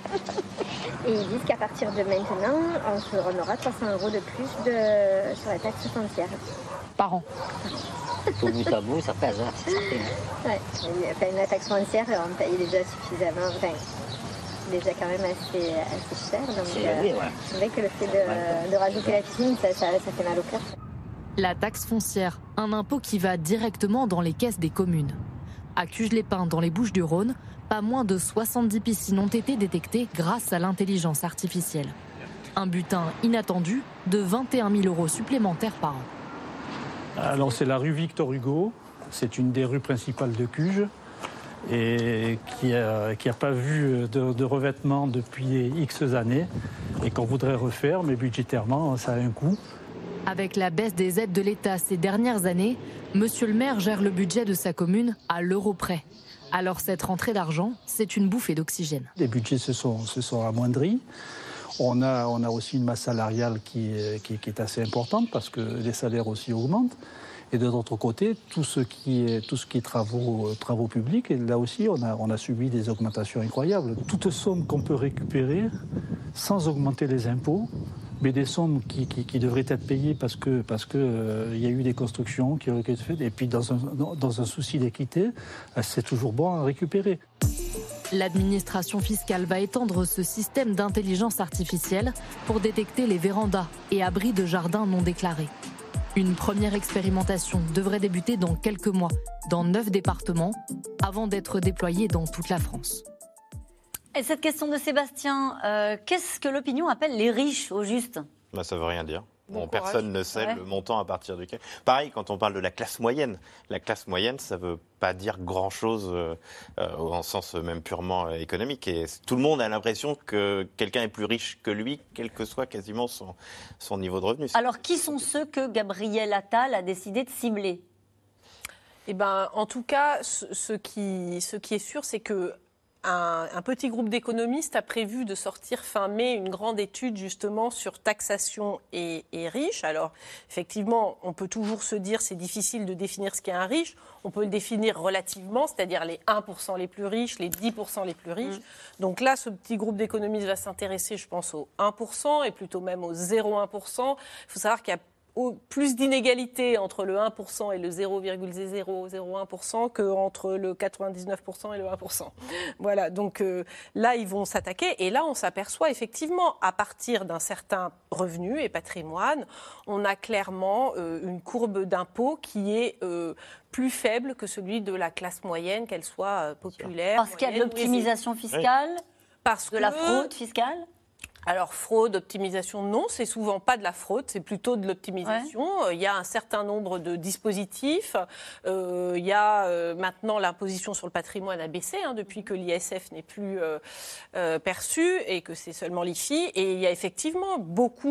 Et ils disent qu'à partir de maintenant, on, se, on aura trois cents euros de plus de, sur la taxe foncière. Par an. Tout bout à bout, ça pèse. Hein. Ouais. Enfin, la taxe foncière, on paye déjà suffisamment. Enfin, déjà quand même assez, assez cher. Donc, c'est euh, ouais. C'est vrai que le fait de, ouais. de rajouter la piscine, ça, ça, ça fait mal au cœur. La taxe foncière, un impôt qui va directement dans les caisses des communes. À Cuges-les-Pins, dans les Bouches-du-Rhône, pas moins de soixante-dix piscines ont été détectées grâce à l'intelligence artificielle. Un butin inattendu de vingt et un mille euros supplémentaires par an. Alors c'est la rue Victor Hugo, c'est une des rues principales de Cuges et qui n'a qui a pas vu de, de revêtement depuis X années et qu'on voudrait refaire, mais budgétairement ça a un coût. Avec la baisse des aides de l'État ces dernières années, Monsieur le maire gère le budget de sa commune à l'euro près. Alors cette rentrée d'argent, c'est une bouffée d'oxygène. Les budgets se sont, se sont amoindris. On a, on a aussi une masse salariale qui, qui, qui est assez importante parce que les salaires aussi augmentent. Et de l'autre côté, tout ce qui est, tout ce qui est travaux, travaux publics, et là aussi, on a, on a subi des augmentations incroyables. Toute somme qu'on peut récupérer sans augmenter les impôts, mais des sommes qui, qui, qui devraient être payées parce que parce que euh, y a eu des constructions qui ont été faites. Et puis dans un, dans un souci d'équité, c'est toujours bon à récupérer. L'administration fiscale va étendre ce système d'intelligence artificielle pour détecter les vérandas et abris de jardins non déclarés. Une première expérimentation devrait débuter dans quelques mois, dans neuf départements, avant d'être déployée dans toute la France. Et cette question de Sébastien, euh, qu'est-ce que l'opinion appelle les riches, au juste ? Bah, ça ne veut rien dire. Bon Bon, courage. personne ne sait Ouais. le montant à partir duquel. Pareil, quand on parle de la classe moyenne, la classe moyenne, ça ne veut pas dire grand-chose euh, euh, en sens même purement euh, économique. Et tout le monde a l'impression que quelqu'un est plus riche que lui, quel que soit quasiment son, son niveau de revenu. Alors, qui sont ceux que Gabriel Attal a décidé de cibler ? Eh ben, en tout cas, ce, ce, qui, ce qui est sûr, c'est que Un, un petit groupe d'économistes a prévu de sortir fin mai une grande étude justement sur taxation et, et riches. Alors effectivement, on peut toujours se dire c'est difficile de définir ce qu'est un riche. On peut le définir relativement, c'est-à-dire les un pour cent les plus riches, les dix pour cent les plus riches. Mmh. Donc là, ce petit groupe d'économistes va s'intéresser, je pense, au un pour cent et plutôt même au zéro virgule un pour cent. Il faut savoir qu'il y a plus d'inégalités entre le un pour cent et le zéro virgule zéro zéro un pour cent qu'entre le quatre-vingt-dix-neuf pour cent et le un pour cent. Voilà, donc euh, là, ils vont s'attaquer. Et là, on s'aperçoit effectivement, à partir d'un certain revenu et patrimoine, on a clairement euh, une courbe d'impôt qui est euh, plus faible que celui de la classe moyenne, qu'elle soit euh, populaire. Parce qu'il y a de l'optimisation fiscale, oui. Parce de que la fraude fiscale. Alors, fraude, optimisation, non, c'est souvent pas de la fraude, c'est plutôt de l'optimisation. Ouais. Il y a un certain nombre de dispositifs. Euh, il y a euh, maintenant l'imposition sur le patrimoine a baissé hein, depuis que l'I S F n'est plus euh, euh, perçu et que c'est seulement l'I F I. Et il y a effectivement beaucoup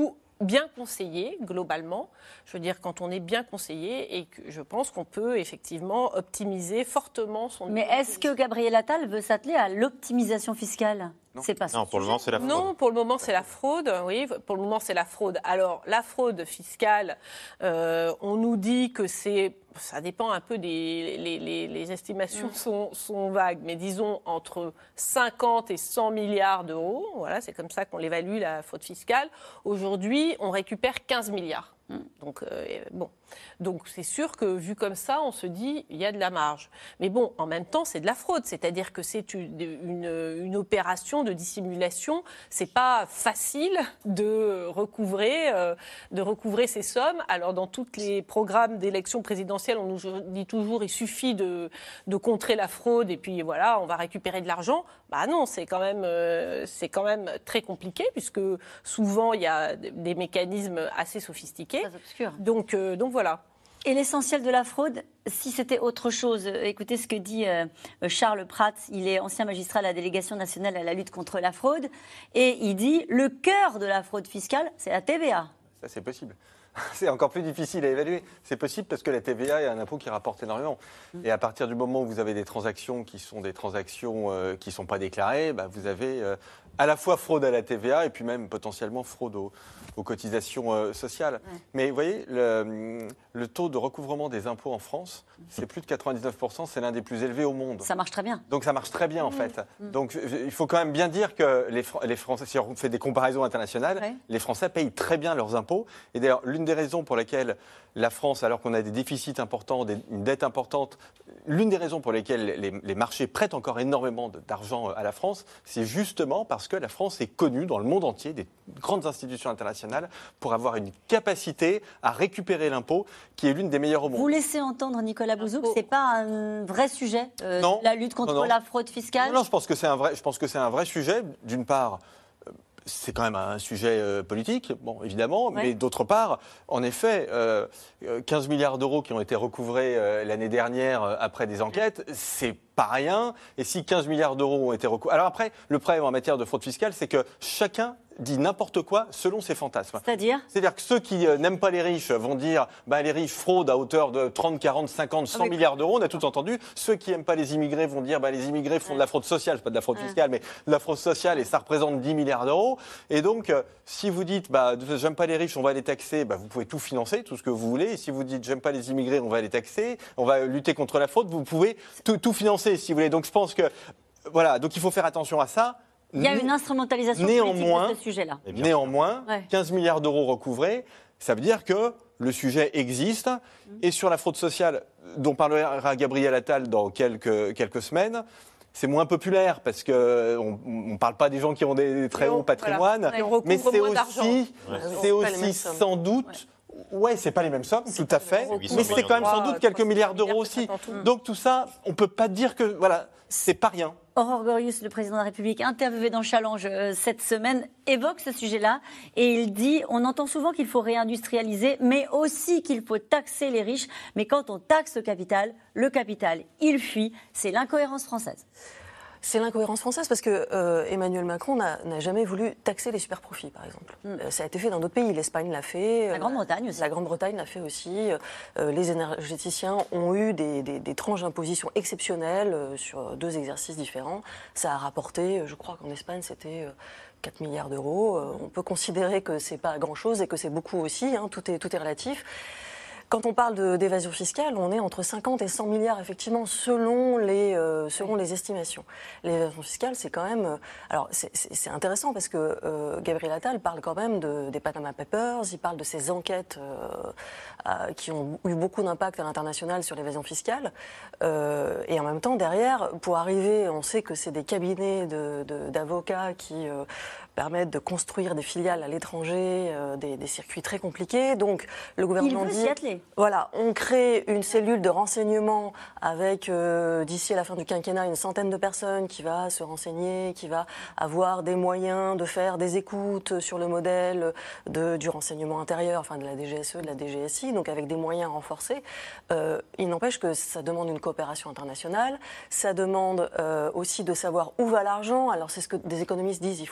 bien conseillé, globalement. Je veux dire, quand on est bien conseillé, et que je pense qu'on peut effectivement optimiser fortement son... Mais est-ce que Gabriel Attal veut s'atteler à l'optimisation fiscale ? C'est pas Non, pour le moment, c'est la fraude. Non, pour le moment, c'est la fraude. Oui, pour le moment, c'est la fraude. Alors, la fraude fiscale, euh, on nous dit que c'est... Ça dépend un peu des... Les, les, les estimations mmh. sont, sont vagues, mais disons entre cinquante et cent milliards d'euros. Voilà, c'est comme ça qu'on l'évalue, la fraude fiscale. Aujourd'hui, on récupère quinze milliards. Mmh. Donc, euh, bon... Donc c'est sûr que vu comme ça, on se dit il y a de la marge. Mais bon, en même temps, c'est de la fraude, c'est-à-dire que c'est une, une, une opération de dissimulation. C'est pas facile de recouvrer, euh, de recouvrer ces sommes. Alors dans tous les programmes d'élection présidentielle, on nous dit toujours il suffit de, de contrer la fraude et puis voilà, on va récupérer de l'argent. Bah non, c'est quand même, euh, c'est quand même très compliqué puisque souvent il y a des mécanismes assez sophistiqués. Très obscurs. Donc, euh, donc voilà. Et l'essentiel de la fraude, si c'était autre chose, écoutez ce que dit euh, Charles Prats, il est ancien magistrat à la délégation nationale à la lutte contre la fraude, et il dit le cœur de la fraude fiscale, c'est la T V A. Ça, c'est possible. C'est encore plus difficile à évaluer. C'est possible parce que la T V A est un impôt qui rapporte énormément. Et à partir du moment où vous avez des transactions qui sont des transactions euh, qui ne sont pas déclarées, bah, vous avez euh, à la fois fraude à la T V A et puis même potentiellement fraude aux, aux cotisations euh, sociales. Ouais. Mais vous voyez, le, le taux de recouvrement des impôts en France, c'est plus de quatre-vingt-dix-neuf pour cent, c'est l'un des plus élevés au monde. Ça marche très bien. Donc ça marche très bien en mmh. fait. Mmh. Donc il faut quand même bien dire que les, les Français, si on fait des comparaisons internationales, ouais. les Français payent très bien leurs impôts. Et d'ailleurs, l'une des raisons pour lesquelles la France, alors qu'on a des déficits importants, des, une dette importante, l'une des raisons pour lesquelles les, les marchés prêtent encore énormément d'argent à la France, c'est justement parce que la France est connue dans le monde entier, des grandes institutions internationales, pour avoir une capacité à récupérer l'impôt qui est l'une des meilleures au monde. Vous laissez entendre, Nicolas Bouzou, que ce n'est pas un vrai sujet, euh, non, la lutte contre non, non. la fraude fiscale ? Non, non, je pense que c'est un vrai, je pense que c'est un vrai sujet, d'une part. C'est quand même un sujet euh, politique, bon, évidemment, ouais. mais d'autre part, en effet, euh, quinze milliards d'euros qui ont été recouvrés euh, l'année dernière euh, après des enquêtes, c'est pas rien. Et si quinze milliards d'euros ont été recouvrés... Alors après, le problème en matière de fraude fiscale, c'est que chacun dit n'importe quoi selon ses fantasmes. C'est-à-dire ? C'est-à-dire que ceux qui euh, n'aiment pas les riches vont dire bah, les riches fraudent à hauteur de trente, quarante, cinquante, cent Avec... milliards d'euros, on a tout entendu. Ceux qui n'aiment pas les immigrés vont dire bah, les immigrés font ouais. de la fraude sociale, c'est pas de la fraude ouais. fiscale, mais de la fraude sociale et ça représente dix milliards d'euros. Et donc, euh, si vous dites bah, j'aime pas les riches, on va les taxer, bah, vous pouvez tout financer, tout ce que vous voulez. Et si vous dites j'aime pas les immigrés, on va les taxer, on va lutter contre la fraude, vous pouvez tout, tout financer si vous voulez. Donc je pense que, voilà, donc il faut faire attention à ça. Il y a une instrumentalisation politique de ce sujet-là. Néanmoins, ouais. quinze milliards d'euros recouvrés, ça veut dire que le sujet existe. Mmh. Et sur la fraude sociale, dont parlera Gabriel Attal dans quelques, quelques semaines, c'est moins populaire parce qu'on ne parle pas des gens qui ont des très hauts patrimoines. Voilà. Mais c'est aussi, ouais. c'est aussi sans doute... Ouais. Ouais, c'est pas les mêmes sommes, tout à fait, mais c'est quand même sans doute quelques milliards d'euros aussi. Donc tout ça, on peut pas dire que voilà, c'est pas rien. Aurore Gorius, le président de la République, interviewé dans Challenge euh, cette semaine, évoque ce sujet-là et il dit on entend souvent qu'il faut réindustrialiser, mais aussi qu'il faut taxer les riches. Mais quand on taxe le capital, le capital, il fuit. C'est l'incohérence française. C'est l'incohérence française parce que euh, Emmanuel Macron n'a, n'a jamais voulu taxer les superprofits, par exemple. Mm. Euh, ça a été fait dans d'autres pays. L'Espagne l'a fait. La Grande-Bretagne aussi. La Grande-Bretagne l'a fait aussi. Euh, les énergéticiens ont eu des, des, des tranches d'imposition exceptionnelles euh, sur deux exercices différents. Ça a rapporté, je crois qu'en Espagne, c'était... Euh, quatre milliards d'euros. Euh, on peut considérer que c'est pas grand-chose et que c'est beaucoup aussi. Hein, tout est, tout est relatif. Quand on parle de, d'évasion fiscale, on est entre cinquante et cent milliards, effectivement, selon les, euh, selon les estimations. L'évasion fiscale, c'est quand même... Euh, alors, c'est, c'est, c'est intéressant parce que euh, Gabriel Attal parle quand même de, des Panama Papers, il parle de ces enquêtes euh, euh, qui ont eu beaucoup d'impact à l'international sur l'évasion fiscale. Euh, et en même temps, derrière, pour arriver, on sait que c'est des cabinets de, de, d'avocats qui... Euh, permettent de construire des filiales à l'étranger, euh, des, des circuits très compliqués. Donc, le gouvernement dit... s'y atteler. Voilà, on crée une cellule de renseignement avec, euh, d'ici à la fin du quinquennat, une centaine de personnes qui va se renseigner, qui va avoir des moyens de faire des écoutes sur le modèle de, du renseignement intérieur, enfin de la D G S E, de la D G S I, donc avec des moyens renforcés. Euh, il n'empêche que ça demande une coopération internationale, ça demande euh, aussi de savoir où va l'argent. Alors, c'est ce que des économistes disent, il faut créer un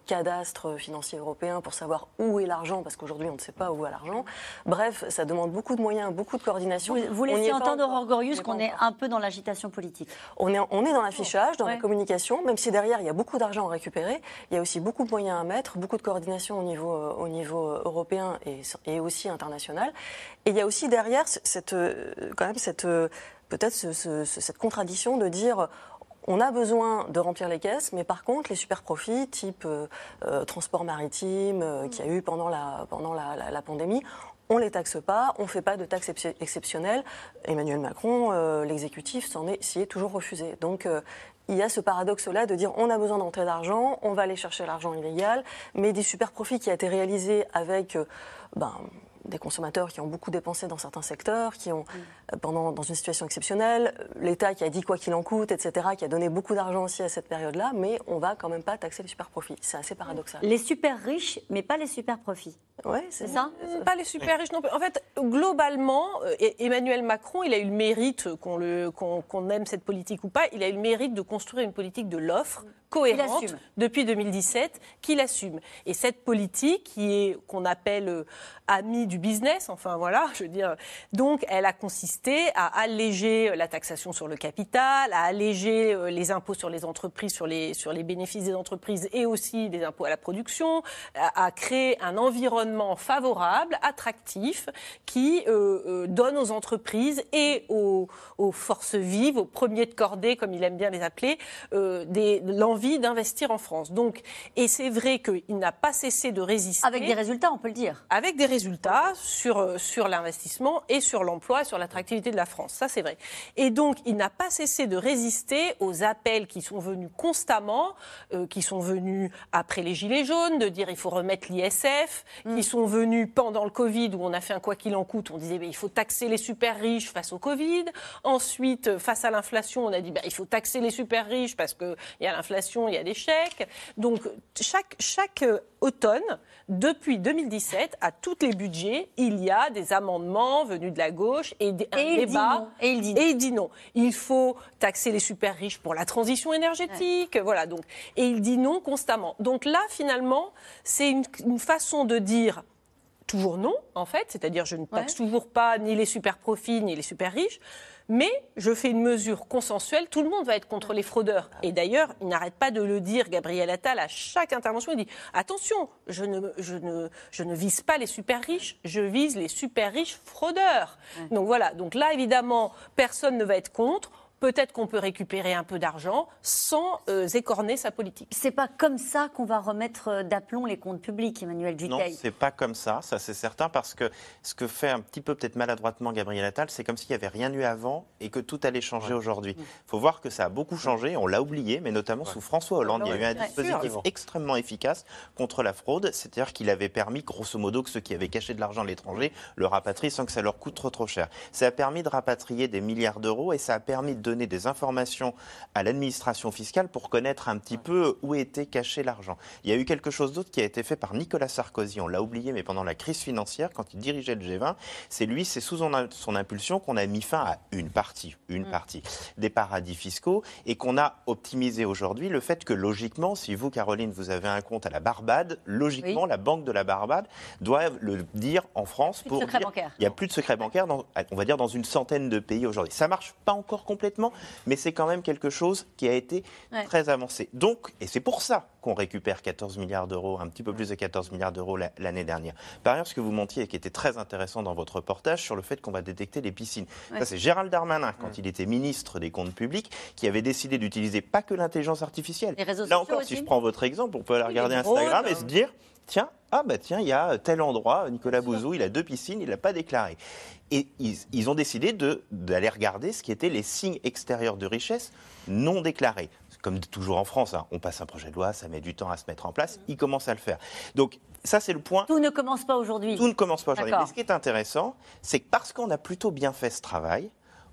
cadastre financier européen pour savoir où est l'argent, parce qu'aujourd'hui, on ne sait pas où est l'argent. Bref, ça demande beaucoup de moyens, beaucoup de coordination. Vous, vous laissez entendre, Aurore Gorius, qu'on est un peu dans l'agitation politique. On est, on est dans l'affichage, dans ouais. la communication, même si derrière, il y a beaucoup d'argent à récupérer. Il y a aussi beaucoup de moyens à mettre, beaucoup de coordination au niveau, euh, au niveau européen et, et aussi international. Et il y a aussi derrière cette, euh, quand même cette, euh, peut-être ce, ce, cette contradiction de dire... On a besoin de remplir les caisses, mais par contre, les super profits, type euh, euh, transport maritime, euh, qu'il y a eu pendant la, pendant la, la, la pandémie, on ne les taxe pas, on ne fait pas de taxes exceptionnelles. Emmanuel Macron, euh, l'exécutif, s'en est, s'y est toujours refusé. Donc, euh, il y a ce paradoxe-là de dire on a besoin d'entrée d'argent, on va aller chercher l'argent illégal, mais des super profits qui a été réalisés avec... Euh, ben, des consommateurs qui ont beaucoup dépensé dans certains secteurs, qui ont, mmh. pendant, dans une situation exceptionnelle, l'État qui a dit quoi qu'il en coûte, et cetera, qui a donné beaucoup d'argent aussi à cette période-là, mais on ne va quand même pas taxer les super profits. C'est assez paradoxal. Les super riches, mais pas les super profits. Oui, c'est ça. Pas les super riches non plus. En fait, globalement, Emmanuel Macron, il a eu le mérite, qu'on, le, qu'on, qu'on aime cette politique ou pas, il a eu le mérite de construire une politique de l'offre cohérente depuis deux mille dix-sept, qu'il assume. Et cette politique, qui est qu'on appelle euh, amie du business, enfin voilà, je veux dire, donc elle a consisté à alléger la taxation sur le capital, à alléger euh, les impôts sur les entreprises, sur les, sur les bénéfices des entreprises et aussi des impôts à la production, à, à créer un environnement favorable, attractif, qui euh, euh, donne aux entreprises et aux, aux forces vives, aux premiers de cordée, comme il aime bien les appeler, euh, des, l'envie d'investir en France. Donc, et c'est vrai qu'il n'a pas cessé de résister. Avec des résultats, on peut le dire. Avec des résultats sur, sur l'investissement et sur l'emploi et sur l'attractivité de la France. Ça, c'est vrai. Et donc, il n'a pas cessé de résister aux appels qui sont venus constamment, euh, qui sont venus après les Gilets jaunes, de dire il faut remettre l'I S F, mm. qui sont venus pendant le Covid, où on a fait un quoi qu'il en coûte, on disait bah, il faut taxer les super riches face au Covid. Ensuite, face à l'inflation, on a dit bah, il faut taxer les super riches parce qu'il y a l'inflation, il y a des chèques. Donc, chaque, chaque automne, depuis deux mille dix-sept, à tous les budgets, il y a des amendements venus de la gauche et des, un et débat. Il et, il dit et il dit non. Il faut taxer les super riches pour la transition énergétique. Ouais. Voilà, donc, et il dit non constamment. Donc là, finalement, c'est une, une façon de dire toujours non, en fait. C'est-à-dire, je ne taxe ouais. toujours pas ni les super profits, ni les super riches. Mais je fais une mesure consensuelle, tout le monde va être contre les fraudeurs. Et d'ailleurs, il n'arrête pas de le dire, Gabriel Attal, à chaque intervention, il dit « Attention, je ne, je, ne, je ne vise pas les super riches, je vise les super riches fraudeurs. Mmh. » Donc voilà, donc là, évidemment, personne ne va être contre. Peut-être qu'on peut récupérer un peu d'argent sans euh, écorner sa politique. C'est pas comme ça qu'on va remettre d'aplomb les comptes publics, Emmanuel Dutheil. Non, c'est pas comme ça, ça c'est certain, parce que ce que fait un petit peu peut-être maladroitement Gabriel Attal, c'est comme s'il n'y avait rien eu avant et que tout allait changer ouais. aujourd'hui. Il mmh. faut voir que ça a beaucoup changé, on l'a oublié, mais notamment ouais. sous François Hollande, ouais, il y a eu un ouais, dispositif sûr. extrêmement efficace contre la fraude, c'est-à-dire qu'il avait permis, grosso modo, que ceux qui avaient caché de l'argent à l'étranger le rapatrient sans que ça leur coûte trop trop cher. Ça a permis de rapatrier des milliards d'euros et ça a permis de donner des informations à l'administration fiscale pour connaître un petit peu où était caché l'argent. Il y a eu quelque chose d'autre qui a été fait par Nicolas Sarkozy, on l'a oublié, mais pendant la crise financière, quand il dirigeait le G vingt, c'est lui, c'est sous son impulsion qu'on a mis fin à une partie, une mmh. partie des paradis fiscaux et qu'on a optimisé aujourd'hui le fait que logiquement, si vous, Caroline, vous avez un compte à la Barbade, logiquement, oui. la Banque de la Barbade doit le dire en France plus pour de secret dire bancaire. Il n'y a plus de secret bancaire, dans, on va dire, dans une centaine de pays aujourd'hui. Ça ne marche pas encore complètement, mais c'est quand même quelque chose qui a été ouais. très avancé. Donc, et c'est pour ça qu'on récupère quatorze milliards d'euros, un petit peu plus de quatorze milliards d'euros l'année dernière. Par ailleurs, ce que vous montiez et qui était très intéressant dans votre reportage sur le fait qu'on va détecter les piscines. Ouais. Ça, c'est Gérald Darmanin, quand ouais. il était ministre des Comptes publics, qui avait décidé d'utiliser pas que l'intelligence artificielle. Là encore, aussi. Si je prends votre exemple, on peut aller regarder Instagram drôle, et se dire, tiens, ah bah tiens, il y a tel endroit, Nicolas Bouzou, il a deux piscines, il l'a pas déclaré. Et ils, ils ont décidé de, d'aller regarder ce qui étaient les signes extérieurs de richesse non déclarés. Comme toujours en France, hein, on passe un projet de loi, ça met du temps à se mettre en place, ils commencent à le faire. Donc ça, c'est le point. Tout ne commence pas aujourd'hui. Tout ne commence pas aujourd'hui. Mais ce qui est intéressant, c'est que parce qu'on a plutôt bien fait ce travail,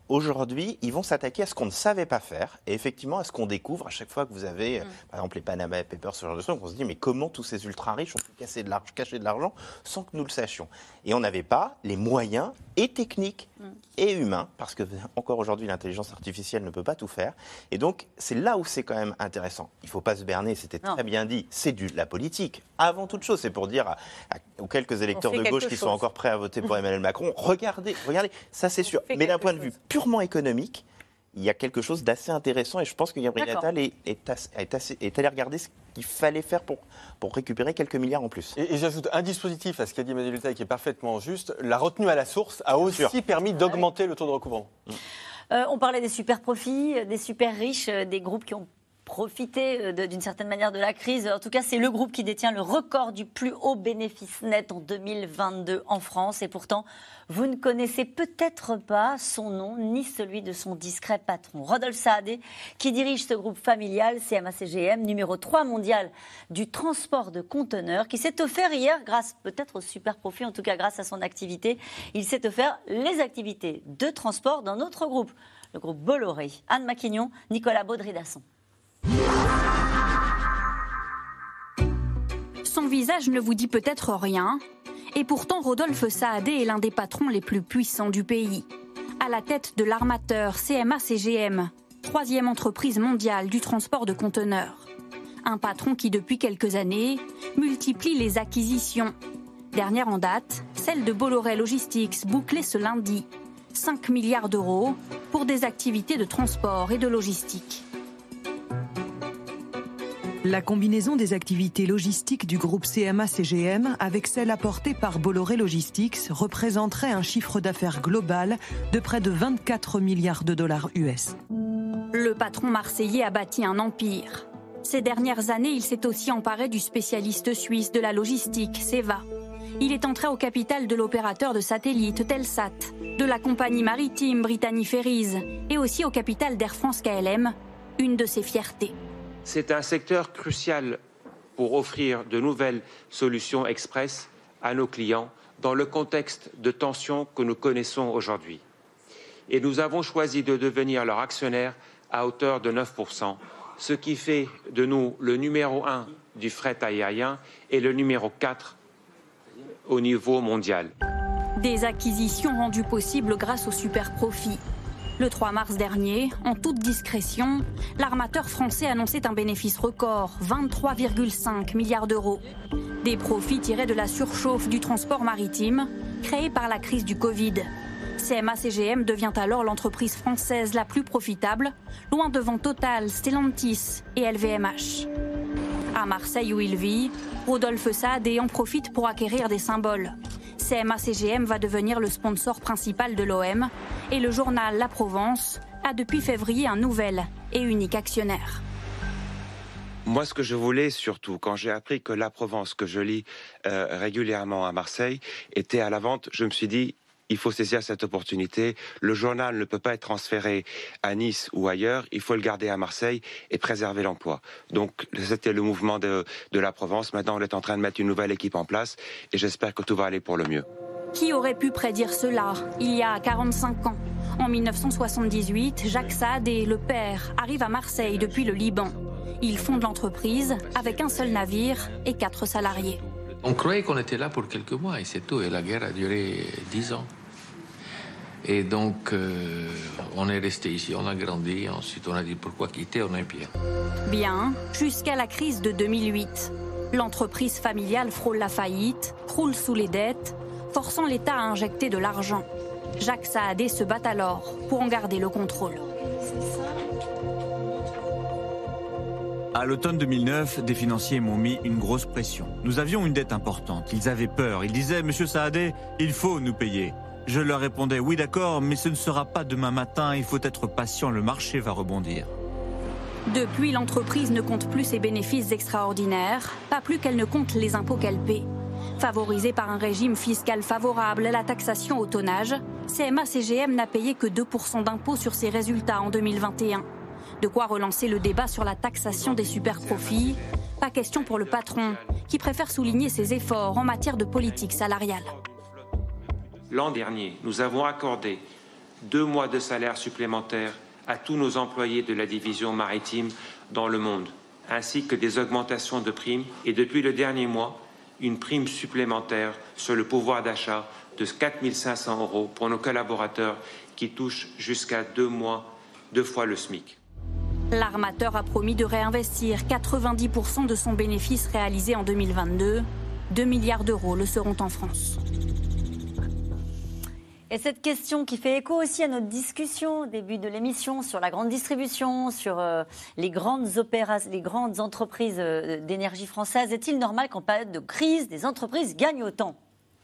Aujourd'hui, ils vont s'attaquer à ce qu'on ne savait pas faire et effectivement à ce qu'on découvre à chaque fois que vous avez, mmh. par exemple, les Panama Papers, ce genre de choses, on se dit mais comment tous ces ultra-riches ont pu casser de l'argent, cacher de l'argent sans que nous le sachions. Et on n'avait pas les moyens et techniques mmh. et humains, parce que encore aujourd'hui, l'intelligence artificielle ne peut pas tout faire. Et donc, c'est là où c'est quand même intéressant. Il ne faut pas se berner, c'était non. très bien dit, c'est de la politique. Avant toute chose, c'est pour dire à, à, aux quelques électeurs de gauche qui chose. sont encore prêts à voter pour Emmanuel Macron, regardez, regardez, ça c'est sûr. Mais d'un point de vue purement économique, il y a quelque chose d'assez intéressant et je pense que Gabriel Attal est, est, assez, est, assez, est allé regarder ce qu'il fallait faire pour, pour récupérer quelques milliards en plus. Et, et j'ajoute un dispositif à ce qu'a dit Emmanuel Attal qui est parfaitement juste. La retenue à la source a aussi sûr. permis d'augmenter le taux de recouvrement. Euh, on parlait des super profits, des super riches, des groupes qui ont profiter d'une certaine manière de la crise. En tout cas, c'est le groupe qui détient le record du plus haut bénéfice net en deux mille vingt-deux en France. Et pourtant, vous ne connaissez peut-être pas son nom ni celui de son discret patron. Rodolphe Saadé, qui dirige ce groupe familial C M A C G M, numéro trois mondial du transport de conteneurs, qui s'est offert hier, grâce peut-être au super profit, en tout cas grâce à son activité, il s'est offert les activités de transport d'un autre groupe, le groupe Bolloré. Anne Maquignon, Nicolas Baudry-Dasson. Son visage ne vous dit peut-être rien, et pourtant Rodolphe Saadé est l'un des patrons les plus puissants du pays. À la tête de l'armateur C M A C G M, troisième entreprise mondiale du transport de conteneurs. Un patron qui depuis quelques années multiplie les acquisitions. Dernière en date, celle de Bolloré Logistics, bouclée ce lundi. cinq milliards d'euros pour des activités de transport et de logistique. La combinaison des activités logistiques du groupe C M A C G M avec celle apportée par Bolloré Logistics représenterait un chiffre d'affaires global de près de vingt-quatre milliards de dollars U S. Le patron marseillais a bâti un empire. Ces dernières années, il s'est aussi emparé du spécialiste suisse de la logistique, Seva. Il est entré au capital de l'opérateur de satellite Telsat, de la compagnie maritime Brittany Ferries et aussi au capital d'Air France K L M, une de ses fiertés. C'est un secteur crucial pour offrir de nouvelles solutions express à nos clients dans le contexte de tensions que nous connaissons aujourd'hui. Et nous avons choisi de devenir leur actionnaire à hauteur de neuf pour cent, ce qui fait de nous le numéro un du fret aérien et le numéro quatre au niveau mondial. Des acquisitions rendues possibles grâce au super profit. Le trois mars dernier, en toute discrétion, l'armateur français annonçait un bénéfice record, vingt-trois virgule cinq milliards d'euros. Des profits tirés de la surchauffe du transport maritime, créée par la crise du Covid. C M A C G M devient alors l'entreprise française la plus profitable, loin devant Total, Stellantis et L V M H. À Marseille où il vit, Rodolphe Saadé en profite pour acquérir des symboles. C M A C G M va devenir le sponsor principal de l'O M et le journal La Provence a depuis février un nouvel et unique actionnaire. Moi, ce que je voulais surtout, quand j'ai appris que La Provence, que je lis euh, régulièrement à Marseille, était à la vente, je me suis dit, il faut saisir cette opportunité. Le journal ne peut pas être transféré à Nice ou ailleurs. Il faut le garder à Marseille et préserver l'emploi. Donc, c'était le mouvement de, de La Provence. Maintenant, on est en train de mettre une nouvelle équipe en place et j'espère que tout va aller pour le mieux. Qui aurait pu prédire cela il y a quarante-cinq ans? En mille neuf cent soixante-dix-huit, Jacques Saadé, le père, arrive à Marseille depuis le Liban. Il fonde l'entreprise avec un seul navire et quatre salariés. On croyait qu'on était là pour quelques mois et c'est tout. Et la guerre a duré dix ans. Et donc, euh, on est resté ici, on a grandi. Ensuite, on a dit pourquoi quitter, on est bien. Bien, jusqu'à la crise de deux mille huit. L'entreprise familiale frôle la faillite, croule sous les dettes, forçant l'État à injecter de l'argent. Jacques Saadé se bat alors pour en garder le contrôle. À l'automne deux mille neuf, des financiers m'ont mis une grosse pression. Nous avions une dette importante. Ils avaient peur. Ils disaient « Monsieur Saadé, il faut nous payer ». Je leur répondais « Oui, d'accord, mais ce ne sera pas demain matin. Il faut être patient, le marché va rebondir ». Depuis, l'entreprise ne compte plus ses bénéfices extraordinaires, pas plus qu'elle ne compte les impôts qu'elle paie. Favorisée par un régime fiscal favorable à la taxation au tonnage, C M A C G M n'a payé que deux pour cent d'impôts sur ses résultats en deux mille vingt et un. De quoi relancer le débat sur la taxation des super-profits. Pas question pour le patron, qui préfère souligner ses efforts en matière de politique salariale. L'an dernier, nous avons accordé deux mois de salaire supplémentaires à tous nos employés de la division maritime dans le monde, ainsi que des augmentations de primes et depuis le dernier mois, une prime supplémentaire sur le pouvoir d'achat de quatre mille cinq cents euros pour nos collaborateurs qui touchent jusqu'à deux mois, deux fois le SMIC. L'armateur a promis de réinvestir quatre-vingt-dix pour cent de son bénéfice réalisé en deux mille vingt-deux. deux milliards d'euros le seront en France. Et cette question qui fait écho aussi à notre discussion au début de l'émission sur la grande distribution, sur euh, les, grandes opéras, les grandes entreprises euh, d'énergie françaises, est-il normal qu'en période de crise, des entreprises gagnent autant ?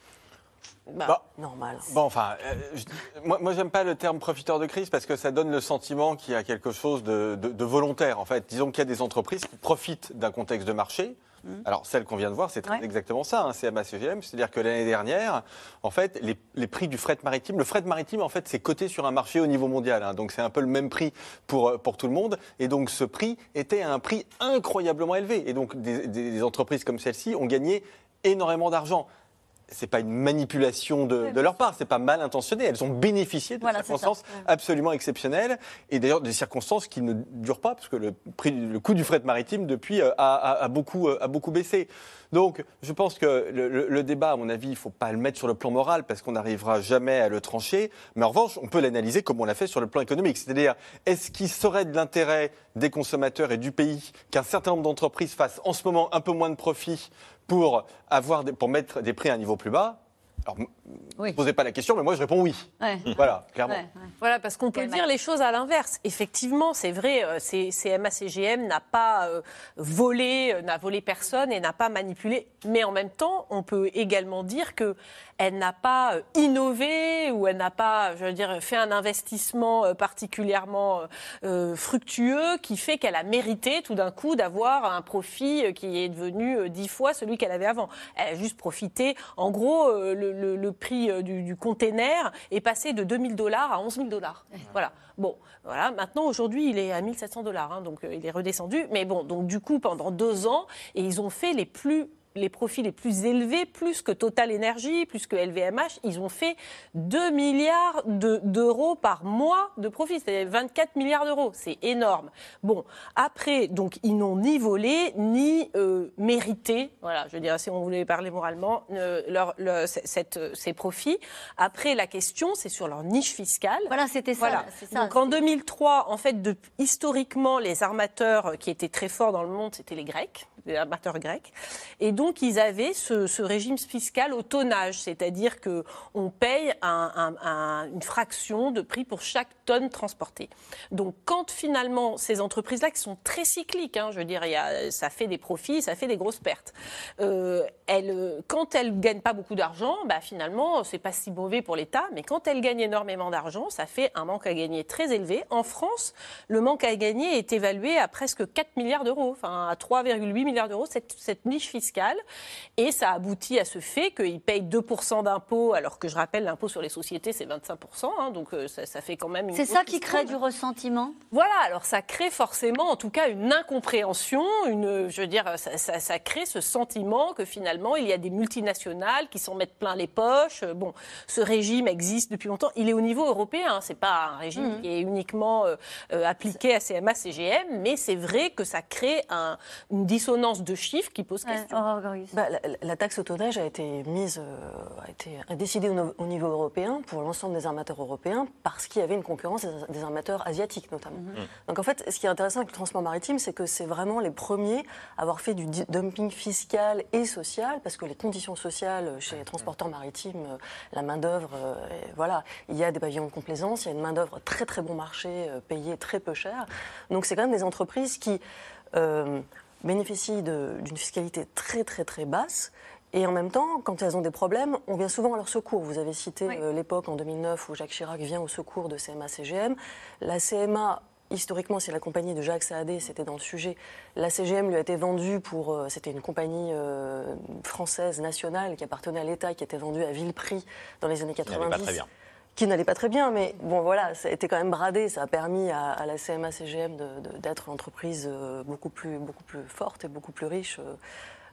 Bah, bah, normal. Bon, enfin, euh, je, moi, moi, j'aime pas le terme profiteur de crise parce que ça donne le sentiment qu'il y a quelque chose de, de, de volontaire. En fait, disons qu'il y a des entreprises qui profitent d'un contexte de marché. Alors, celle qu'on vient de voir, c'est ouais. exactement ça, hein, C M A C G M. C'est-à-dire que l'année dernière, en fait, les, les prix du fret maritime, le fret maritime, en fait, c'est coté sur un marché au niveau mondial. Hein, donc, c'est un peu le même prix pour, pour tout le monde. Et donc, ce prix était à un prix incroyablement élevé. Et donc, des, des, des entreprises comme celle-ci ont gagné énormément d'argent. C'est pas une manipulation de, oui, de leur part, c'est pas mal intentionné. Elles ont bénéficié de voilà, circonstances absolument exceptionnelles et d'ailleurs des circonstances qui ne durent pas parce que le prix, le coût du fret maritime depuis a, a, a beaucoup, a beaucoup baissé. Donc, je pense que le, le, le débat, à mon avis, il ne faut pas le mettre sur le plan moral parce qu'on n'arrivera jamais à le trancher. Mais en revanche, on peut l'analyser comme on l'a fait sur le plan économique. C'est-à-dire, est-ce qu'il serait de l'intérêt des consommateurs et du pays qu'un certain nombre d'entreprises fassent en ce moment un peu moins de profit pour, avoir des, pour mettre des prix à un niveau plus bas ? Alors, oui. ne posez pas la question, mais moi je réponds oui. Ouais. Voilà, clairement. Ouais, ouais. Voilà, parce qu'on peut Quel dire mal. les choses à l'inverse. Effectivement, c'est vrai, C M A C G M n'a pas euh, volé, euh, n'a volé personne et n'a pas manipulé. Mais en même temps, on peut également dire qu'elle n'a pas euh, innové ou elle n'a pas, je veux dire, fait un investissement euh, particulièrement euh, fructueux qui fait qu'elle a mérité tout d'un coup d'avoir un profit qui est devenu euh, dix fois celui qu'elle avait avant. Elle a juste profité, en gros, euh, le Le, le prix du, du container est passé de deux mille dollars à onze mille dollars. Voilà. Bon, voilà. Maintenant, aujourd'hui, il est à mille sept cents dollars. Hein, donc, euh, il est redescendu. Mais bon, donc du coup, pendant deux ans, et ils ont fait les plus les profits les plus élevés, plus que Total Energy, plus que L V M H, ils ont fait deux milliards de, d'euros par mois de profit, c'est-à-dire vingt-quatre milliards d'euros, c'est énorme. Bon, après, donc, ils n'ont ni volé, ni euh, mérité, voilà, je veux dire, si on voulait parler moralement, euh, leur, leur, cette, ces profits. Après, la question, c'est sur leur niche fiscale. Voilà, c'était ça. Voilà. C'est ça donc, en deux mille trois, en fait, de, historiquement, les armateurs qui étaient très forts dans le monde, c'était les Grecs, les armateurs grecs. Et donc, Donc, ils avaient ce, ce régime fiscal au tonnage, c'est-à-dire qu'on paye un, un, un, une fraction de prix pour chaque tonne transportée. Donc, quand finalement, ces entreprises-là, qui sont très cycliques, hein, je veux dire, il y a, ça fait des profits, ça fait des grosses pertes, euh, elles, quand elles ne gagnent pas beaucoup d'argent, bah, finalement, ce n'est pas si mauvais pour l'État, mais quand elles gagnent énormément d'argent, ça fait un manque à gagner très élevé. En France, le manque à gagner est évalué à presque quatre milliards d'euros, enfin à trois virgule huit milliards d'euros, cette, cette niche fiscale. Et ça aboutit à ce fait qu'ils payent deux pour cent d'impôts, alors que je rappelle, l'impôt sur les sociétés, c'est vingt-cinq pour cent. Hein, donc ça, ça fait quand même une... C'est ça qui crée du ressentiment ? Voilà, alors ça crée forcément, en tout cas, une incompréhension. Une, je veux dire, ça, ça, ça crée ce sentiment que finalement, il y a des multinationales qui s'en mettent plein les poches. Bon, ce régime existe depuis longtemps. Il est au niveau européen. Hein, c'est pas un régime mmh. qui est uniquement euh, euh, appliqué à C M A C G M, mais c'est vrai que ça crée un, une dissonance de chiffres qui pose ouais, question. Oh, bah, la, la taxe au tonnage a été mise, euh, a été décidée au, au niveau européen pour l'ensemble des armateurs européens parce qu'il y avait une concurrence des, des armateurs asiatiques notamment. Mmh. Donc en fait, ce qui est intéressant avec le transport maritime, c'est que c'est vraiment les premiers à avoir fait du dumping fiscal et social parce que les conditions sociales chez les transporteurs maritimes, la main d'œuvre, euh, voilà, il y a des pavillons de complaisance, il y a une main d'œuvre très très bon marché, euh, payée très peu cher. Donc c'est quand même des entreprises qui euh, bénéficient de, d'une fiscalité très très très basse. Et en même temps, quand elles ont des problèmes, on vient souvent à leur secours. Vous avez cité oui. euh, l'époque en deux mille neuf où Jacques Chirac vient au secours de C M A C G M. La C M A, historiquement, c'est la compagnie de Jacques Saadé, c'était dans le sujet. La C G M lui a été vendue pour... Euh, c'était une compagnie euh, française nationale qui appartenait à l'État, qui était vendue à vil prix dans les années quatre-vingt-dix. Qui n'allait pas très bien. Qui n'allait pas très bien, mais bon voilà, ça a été quand même bradé. Ça a permis à, à la C M A C G M de, de, d'être une entreprise beaucoup plus, beaucoup plus forte et beaucoup plus riche. Euh,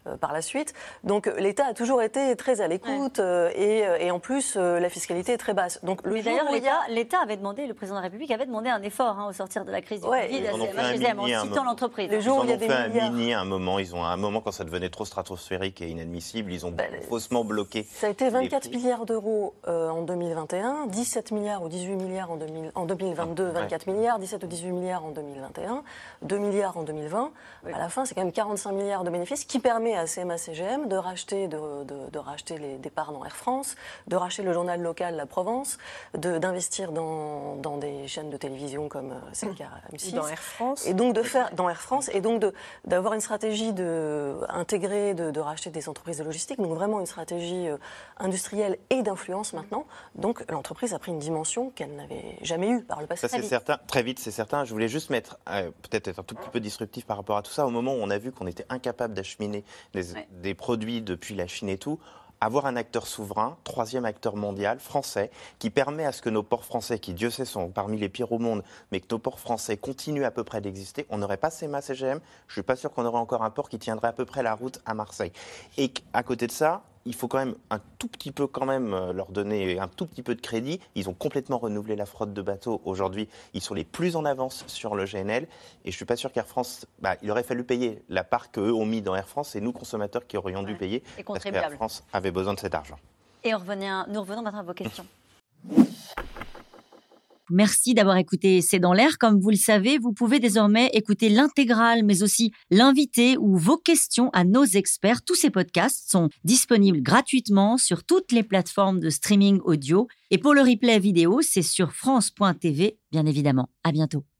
euh, par la suite. Donc l'État a toujours été très à l'écoute ouais. euh, et, et en plus euh, la fiscalité est très basse. Donc le Mais jour d'ailleurs où il y a... l'État avait demandé, le président de la République avait demandé un effort hein, au sortir de la crise du ouais, Covid à C M A C M H en citant l'entreprise. Les jours ils où il y a ont des fait milliards. un mini à un moment, ils ont à un moment quand ça devenait trop stratosphérique et inadmissible, ils ont bah, faussement bloqué. Ça a été vingt-quatre milliards d'euros euh, en deux mille vingt et un, dix-sept milliards ou dix-huit milliards en, deux mille, en deux mille vingt-deux, vingt-quatre ouais. milliards, dix-sept ou dix-huit milliards en deux mille vingt et un, deux milliards en deux mille vingt. Oui. À la fin, c'est quand même quarante-cinq milliards de bénéfices qui permet à C M A C G M de racheter, de, de, de racheter les, des parts dans Air France, de racheter le journal local La Provence, de, d'investir dans, dans des chaînes de télévision comme c'est le cas M six. Dans Air France. Et donc de faire dans Air France et donc de, d'avoir une stratégie de, intégrée de, de racheter des entreprises de logistique, donc vraiment une stratégie euh, industrielle et d'influence maintenant. Donc l'entreprise a pris une dimension qu'elle n'avait jamais eue par le passé. Ça c'est certain, très vite c'est certain. Je voulais juste mettre, euh, peut-être être un tout petit peu disruptif par rapport à tout ça, au moment où on a vu qu'on était incapable d'acheminer des, ouais. des produits depuis la Chine et tout, avoir un acteur souverain, troisième acteur mondial, français, qui permet à ce que nos ports français, qui Dieu sait sont parmi les pires au monde, mais que nos ports français continuent à peu près d'exister, on n'aurait pas C M A C G M, je ne suis pas sûr qu'on aurait encore un port qui tiendrait à peu près la route à Marseille. Et à côté de ça, il faut quand même un tout petit peu quand même leur donner un tout petit peu de crédit. Ils ont complètement renouvelé la flotte de bateaux. Aujourd'hui, ils sont les plus en avance sur le G N L. Et je ne suis pas sûr qu'Air France, bah, il aurait fallu payer la part qu'eux ont mis dans Air France. C'est nous, consommateurs, qui aurions ouais. dû payer. Parce qu'Air France avait besoin de cet argent. Et on revenait, nous revenons maintenant à vos questions. Merci d'avoir écouté C'est dans l'air. Comme vous le savez, vous pouvez désormais écouter l'intégrale, mais aussi l'invité ou vos questions à nos experts. Tous ces podcasts sont disponibles gratuitement sur toutes les plateformes de streaming audio. Et pour le replay vidéo, c'est sur France point T V, bien évidemment. À bientôt.